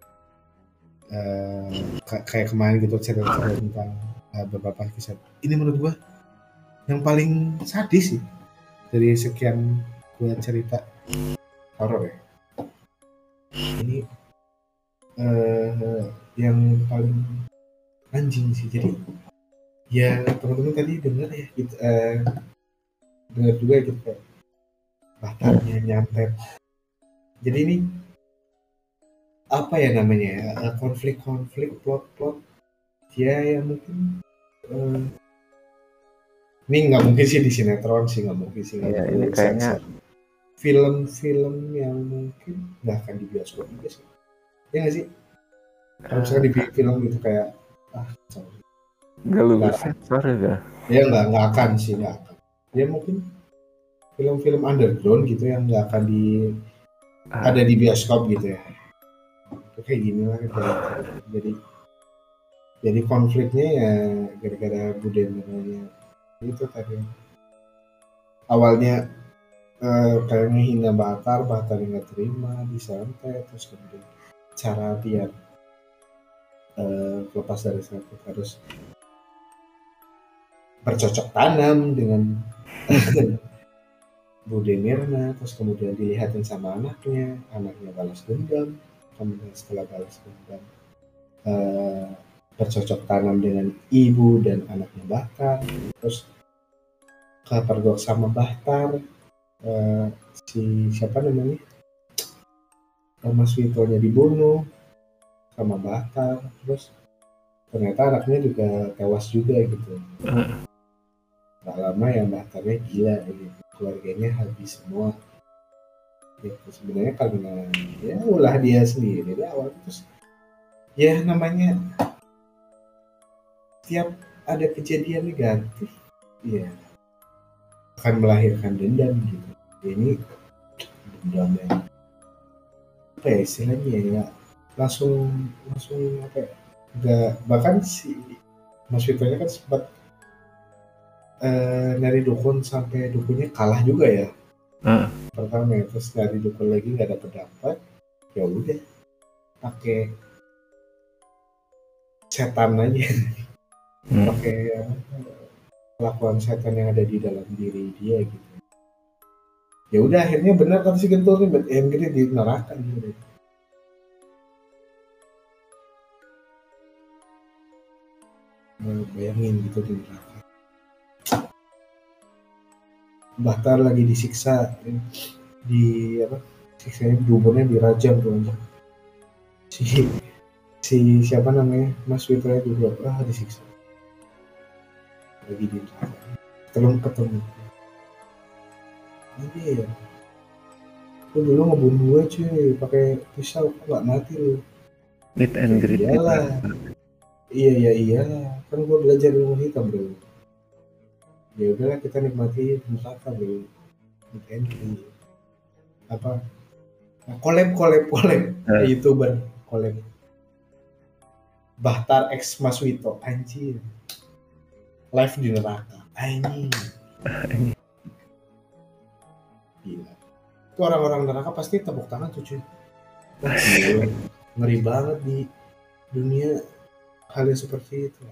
uh, kayak kemarin gitu cerita tentang uh, beberapa kisah, ini menurut gue yang paling sadis sih dari sekian gue cerita horor ya. Ini uh, yang paling anjing sih. Jadi ya teman-teman tadi dengar ya gitu, uh, dengar juga gitu kayak Bahtarnya nyantet. Jadi ini apa ya namanya ya, uh, konflik-konflik plot-plot dia yang mungkin uh, Ini nggak mungkin sih di sinetron sih, nggak mungkin sih, nggak Iya, perlu ini kayaknya sensor. Film-film yang mungkin nggak akan di bioskop juga sih, ya nggak sih? Kalau misalkan di eh, film gitu kayak ah sorry. nggak lulus nggak sensor ya. ya nggak nggak akan sih, nggak akan. Ya mungkin film-film underground gitu yang nggak akan di ada Ah, di bioskop gitu ya. Kayak gini lah jadi jadi jadi konfliknya ya gara-gara budayanya itu tadi. Awalnya eh, kayak ngehina Batar, Batar yang nggak terima, disantet, terus kemudian cara biar eh, lepas dari satu harus bercocok tanam dengan Bude Mirna, terus kemudian dilihatin sama anaknya, anaknya balas dendam, kemudian setelah balas dendam eh, bercocok tanam dengan ibu dan anaknya Bahtar, terus kepergok sama Bahtar, eh, si siapa namanya, Mas Witonya dibunuh sama Bahtar, terus ternyata anaknya juga tewas juga gitu. Gak lama yang Bahtarnya gila gitu, keluarganya habis semua. Gitu. Sebenarnya karena ya ulah dia sendiri dari awal, terus ya namanya tiap ada kejadian negatif ya akan melahirkan dendam gitu. Ini dendam yang apa ya istilahnya ya, langsung langsung apa ya, nggak, bahkan si Mas Vitonya kan sempat eh, nyari dukun sampai dukunnya kalah juga ya ah, pertama ya, terus nyari dukun lagi nggak dapet dapat, ya udah pakai setan aja, hmm. pakai apa, kelakuan setan yang ada di dalam diri dia gitu. Ya udah akhirnya benar kata si Gentur nih, yang gede di neraka gitu. Nah, bayangin gitu di neraka. Bahtar lagi disiksa di apa? Siksanya duburnya dirajam tuh aja. Si si siapa namanya? Mas Witra juga ah disiksa. Lagi di neraka. Ketemu ketemu. Ini ya. Lu dulu ngebunuh gue cuy pakai pisau, kok nggak mati lu? Meet Ya and greet di iyalah. neraka. Iya ya iyalah. Kan gue belajar ilmu hitam bro. Ya udahlah kita nikmati neraka bro. Entry apa collab collab collab Eh, youtuber collab Bahtar X Mas Wito anjir live di neraka anjing gila itu orang-orang neraka pasti tepuk tangan tuh cuy. Wah gila ngeri banget di dunia hal yang seperti itu.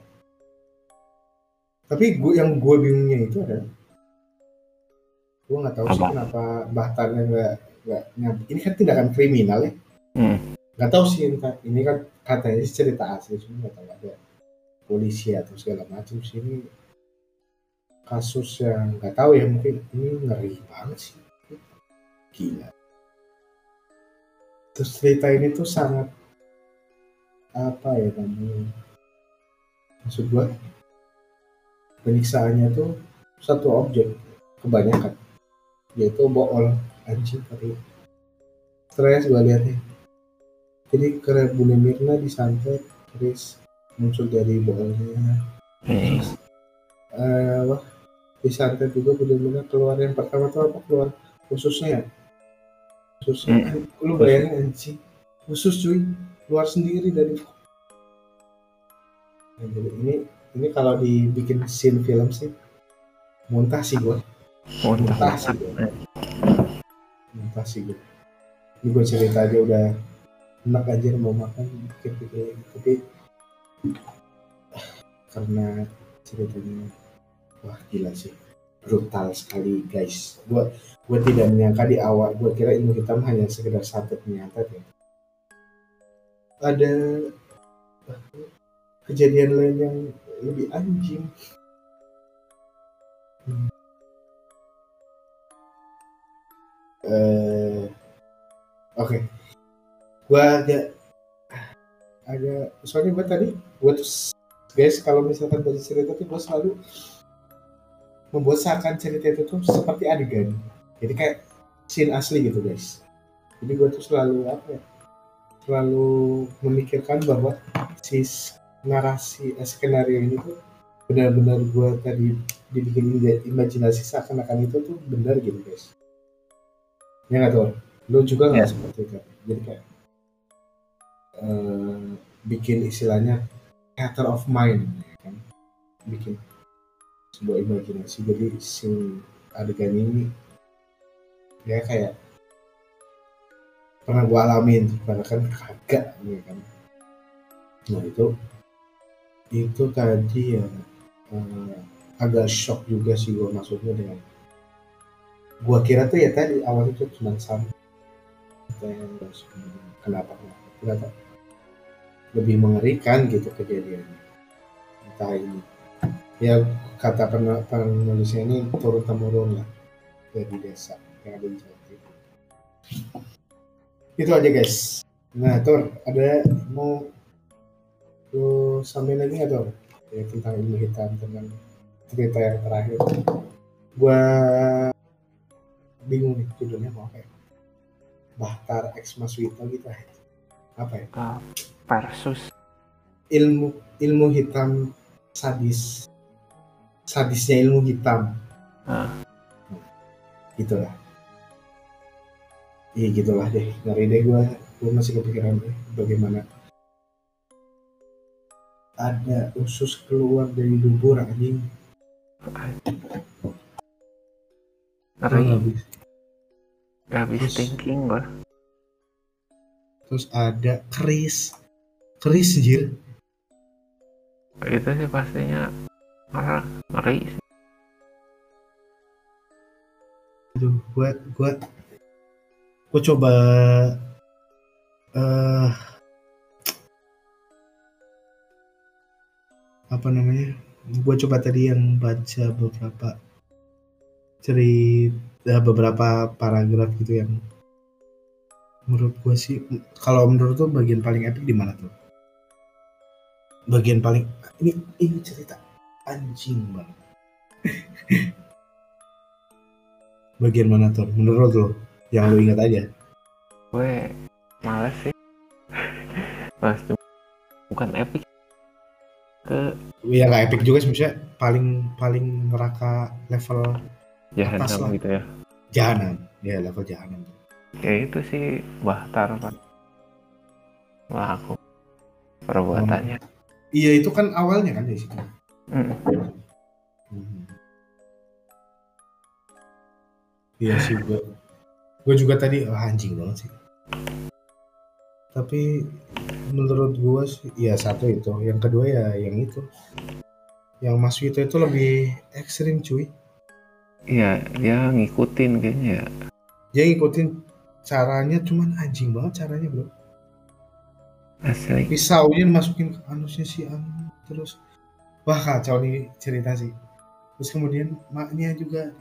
Tapi gue yang gue bingungnya itu adalah gue nggak tahu sih apa? kenapa Bahtarnya nggak nggak nyampe. Ini kan tindakan kriminal ya. Hmm. Nggak tahu sih entah ini kan katanya sih cerita asli, cuma nggak tahu ada polisi atau segala macam sih. Ini kasus yang nggak tahu ya, mungkin ini ngeri banget sih, gila. Terus cerita ini tuh sangat apa ya namanya, maksud gua penyiksaannya tuh satu objek kebanyakan, yaitu bool anjing kali stres gua liatnya. Jadi karena Bunda Mirna disantet terus muncul dari boolnya, Hmm. terus eh, wah disantet juga Bunda Mirna keluar yang pertama tuh apa, keluar khususnya khususnya Hmm. lu bayangin anjing khusus cuy keluar sendiri dari. Nah, jadi ini ini kalau dibikin scene film sih muntah sih gue, Muntah. muntah sih gue, muntah sih gue. Ini gue cerita aja udah enak aja mau makan pikir-pikir, tapi karena ceritanya wah gila sih, brutal sekali guys. Gue gue tidak menyangka di awal, gue kira Ilmu Hitam hanya sekedar santet menyantet ya. Ada kejadian lain yang lebih anjing. Hmm. Eh, Oke, okay. Gue agak agak soalnya gue tadi gue tuh guys kalau misalkan baca cerita tuh gue selalu membuat seakan cerita itu tuh seperti adegan. Jadi kayak scene asli gitu guys. Jadi gue tuh selalu apa ya? Selalu memikirkan bahwa si narasi eh, skenario ini tuh benar-benar gue tadi dibikin imajinasi seakan-akan itu tuh benar gitu guys. Ya nggak tahu. Lo juga nggak Ya. seperti itu? Jadi kayak uh, bikin istilahnya theater of mind, ya kan? Bikin sebuah imajinasi. Jadi scene adegan ini ya kayak pernah gue alamin, karena kan kagak, ya kan. Nah itu itu tadi ya uh, agak shock juga sih gue maksudnya dengan gue kira tuh ya tadi awalnya tuh cuma santai, kenapa kenapa ternyata lebih mengerikan gitu kejadiannya. Entah ini ya kata pen- penulisnya ini turun temurun lah dari desa yang ada di Jawa Timur. Itu aja guys. Nah Tur, ada mau lu sampai lagi nggak Tur ya, tentang ilmu hitam, tentang cerita yang terakhir? Gua bingung nih judulnya mau apa ya? Bahtar X Maswito gitu ya. Apa ya? Uh, versus Ilmu ilmu hitam sadis. Sadisnya ilmu hitam. uh, Gitulah. Iya gitulah deh. Ngeri deh gue. Gue masih kepikiran deh bagaimana ada usus keluar dari dubur anjing. ngeri, habis. gak habis Terus- thinking gue. Terus ada keris. Keris anjir. Itu sih pastinya malah ngeri sih. Aduh, gue gue gue coba eh apa namanya? Gue coba tadi yang baca beberapa cerita, beberapa paragraf gitu yang menurut gue sih, kalau menurut tuh bagian paling epic di mana tuh? Bagian paling ini ini cerita anjing banget. Bagian mana tuh menurut lo yang lo ingat aja? Gue males sih. Males cuma bukan epic ke Ya nggak epic juga sih, maksudnya paling paling neraka level atas jahanam lah. gitu ya. Jahanam, ya level jahanam. Ya itu sih Bahtar kan melakukan perbuatannya. Iya itu kan awalnya kan di situ. Mm. Hmm. Iya sih gue, gue juga tadi oh, anjing banget sih. Tapi menurut gue sih, ya satu itu, yang kedua ya yang itu, yang Mas Wito itu lebih ekstrim cuy. Iya, dia ngikutin kayaknya ya. Dia ngikutin caranya, cuman anjing banget caranya bro. Asli. Pisaunya masukin ke anusnya si Anu, terus wah kacau nih cerita sih. Terus kemudian maknya juga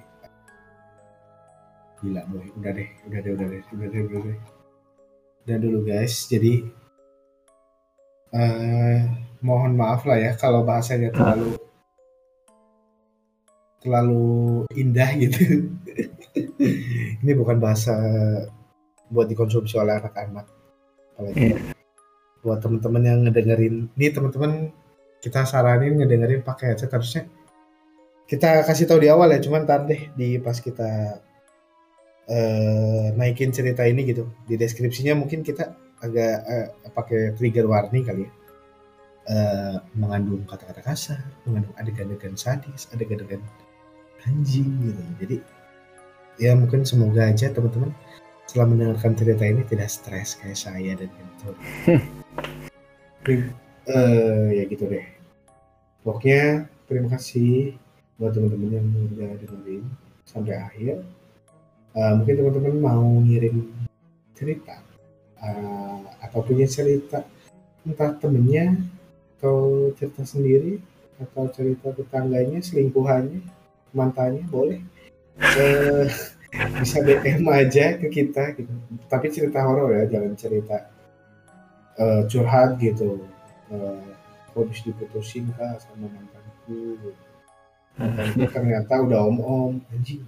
gila boy, udah deh, udah deh, udah deh, udah deh, udah deh. Udah dulu guys, jadi uh, mohon maaf lah ya kalau bahasanya terlalu terlalu indah gitu. Ini bukan bahasa buat dikonsumsi oleh anak-anak, apalagi Iya. buat teman-teman yang ngedengerin. Nih teman-teman, kita saranin ngedengerin pakai headset, harusnya kita kasih tahu di awal ya, cuman ntar deh di pas kita uh, naikin cerita ini gitu, di deskripsinya mungkin kita agak uh, pakai trigger warning kali ya. Uh, mengandung kata-kata kasar, mengandung adegan-adegan sadis, adegan-adegan anjing gitu. Jadi ya mungkin semoga aja teman-teman setelah mendengarkan cerita ini tidak stres kayak saya dan Mentor. uh, ya gitu deh. Pokoknya terima kasih buat teman-teman yang udah dengerin sampai akhir. Uh, mungkin teman-teman mau ngirim cerita uh, atau punya cerita entah temennya atau cerita sendiri atau cerita tetangganya, selingkuhannya, mantannya, boleh uh, bisa D M aja ke kita gitu. Tapi cerita horor ya, jangan cerita uh, curhat gitu. Uh, habis diputusin kah sama mantanku, nonton ternyata udah om-om anjing.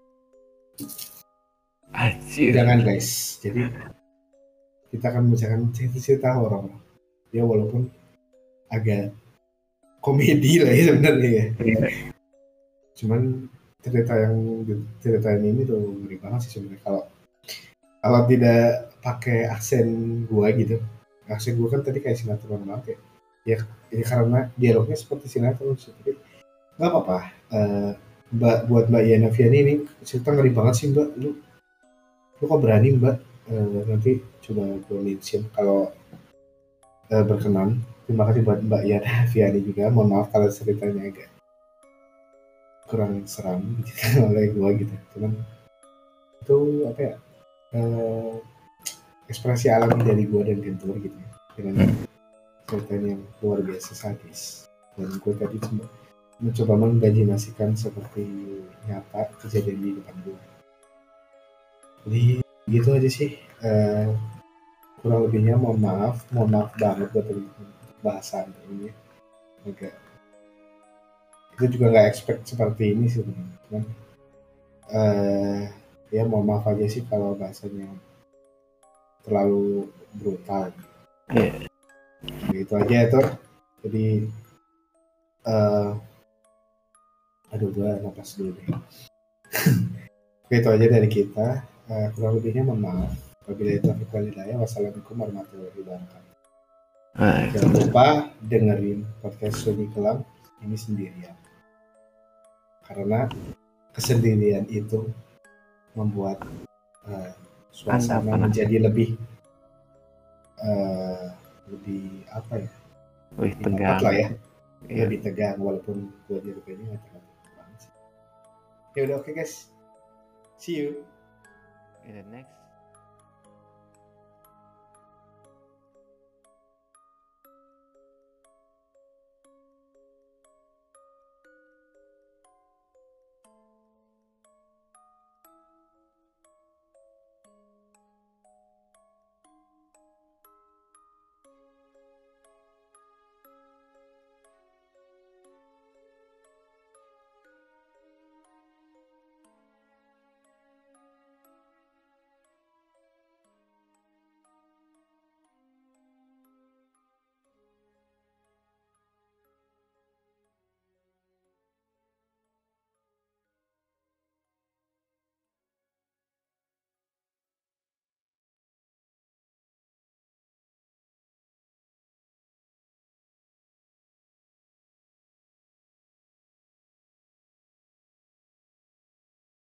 Anjir. Jangan guys, jadi kita akan membacakan cerita-cerita horor ya, walaupun agak komedi lah ya sebenarnya ya. Iya. Cuman cerita yang ceritain ini tuh ngeri banget sih sebenarnya, kalau kalau tidak pakai aksen gua gitu. Aksen gua kan tadi kayak sinetron banget ya. Ya, ya karena dialognya seperti sinetron, tapi nggak apa-apa. Uh, mbak buat Mbak Yana Viani ini cerita ngeri banget sih Mbak. Lu lu kok berani Mbak? Uh, nanti coba gue mention kalau uh, berkenan. Terima kasih buat Mbak Yana Viani juga. Mohon maaf kalau ceritanya agak kurang seram gitu oleh gue gitu. Cuman itu apa ya? Uh, ekspresi alami dari gue dan Gentur gitu ya. Dengan ceritanya yang luar biasa sadis. Dan gue tadi cuma mencoba mengimajinasikan seperti nyata kejadian di depan gue. Jadi gitu aja sih. Uh, kurang lebihnya mohon maaf, mohon maaf banget buat bahasan ini. Agak kita juga nggak expect seperti ini sih, cuman uh, ya mohon maaf aja sih kalau bahasanya terlalu brutal. Yeah. Gitu aja itu. Jadi uh, aduh gue napas dulu deh. Itu aja dari kita. Uh, kurang lebihnya mohon maaf. Wabillahi taufiq wal hidayah. Wassalamualaikum warahmatullahi wabarakatuh. Nah, Jangan lupa dengerin podcast Sunyi Kelam ini sendirian. Karena kesendirian itu membuat uh, suasana menjadi lebih uh, lebih apa ya? Lebih Lebih tegang lah ya. Iya. Lebih tegang walaupun gue jadi kayaknya nggak terlalu banget sih. Ya udah oke okay, guys. See you In the next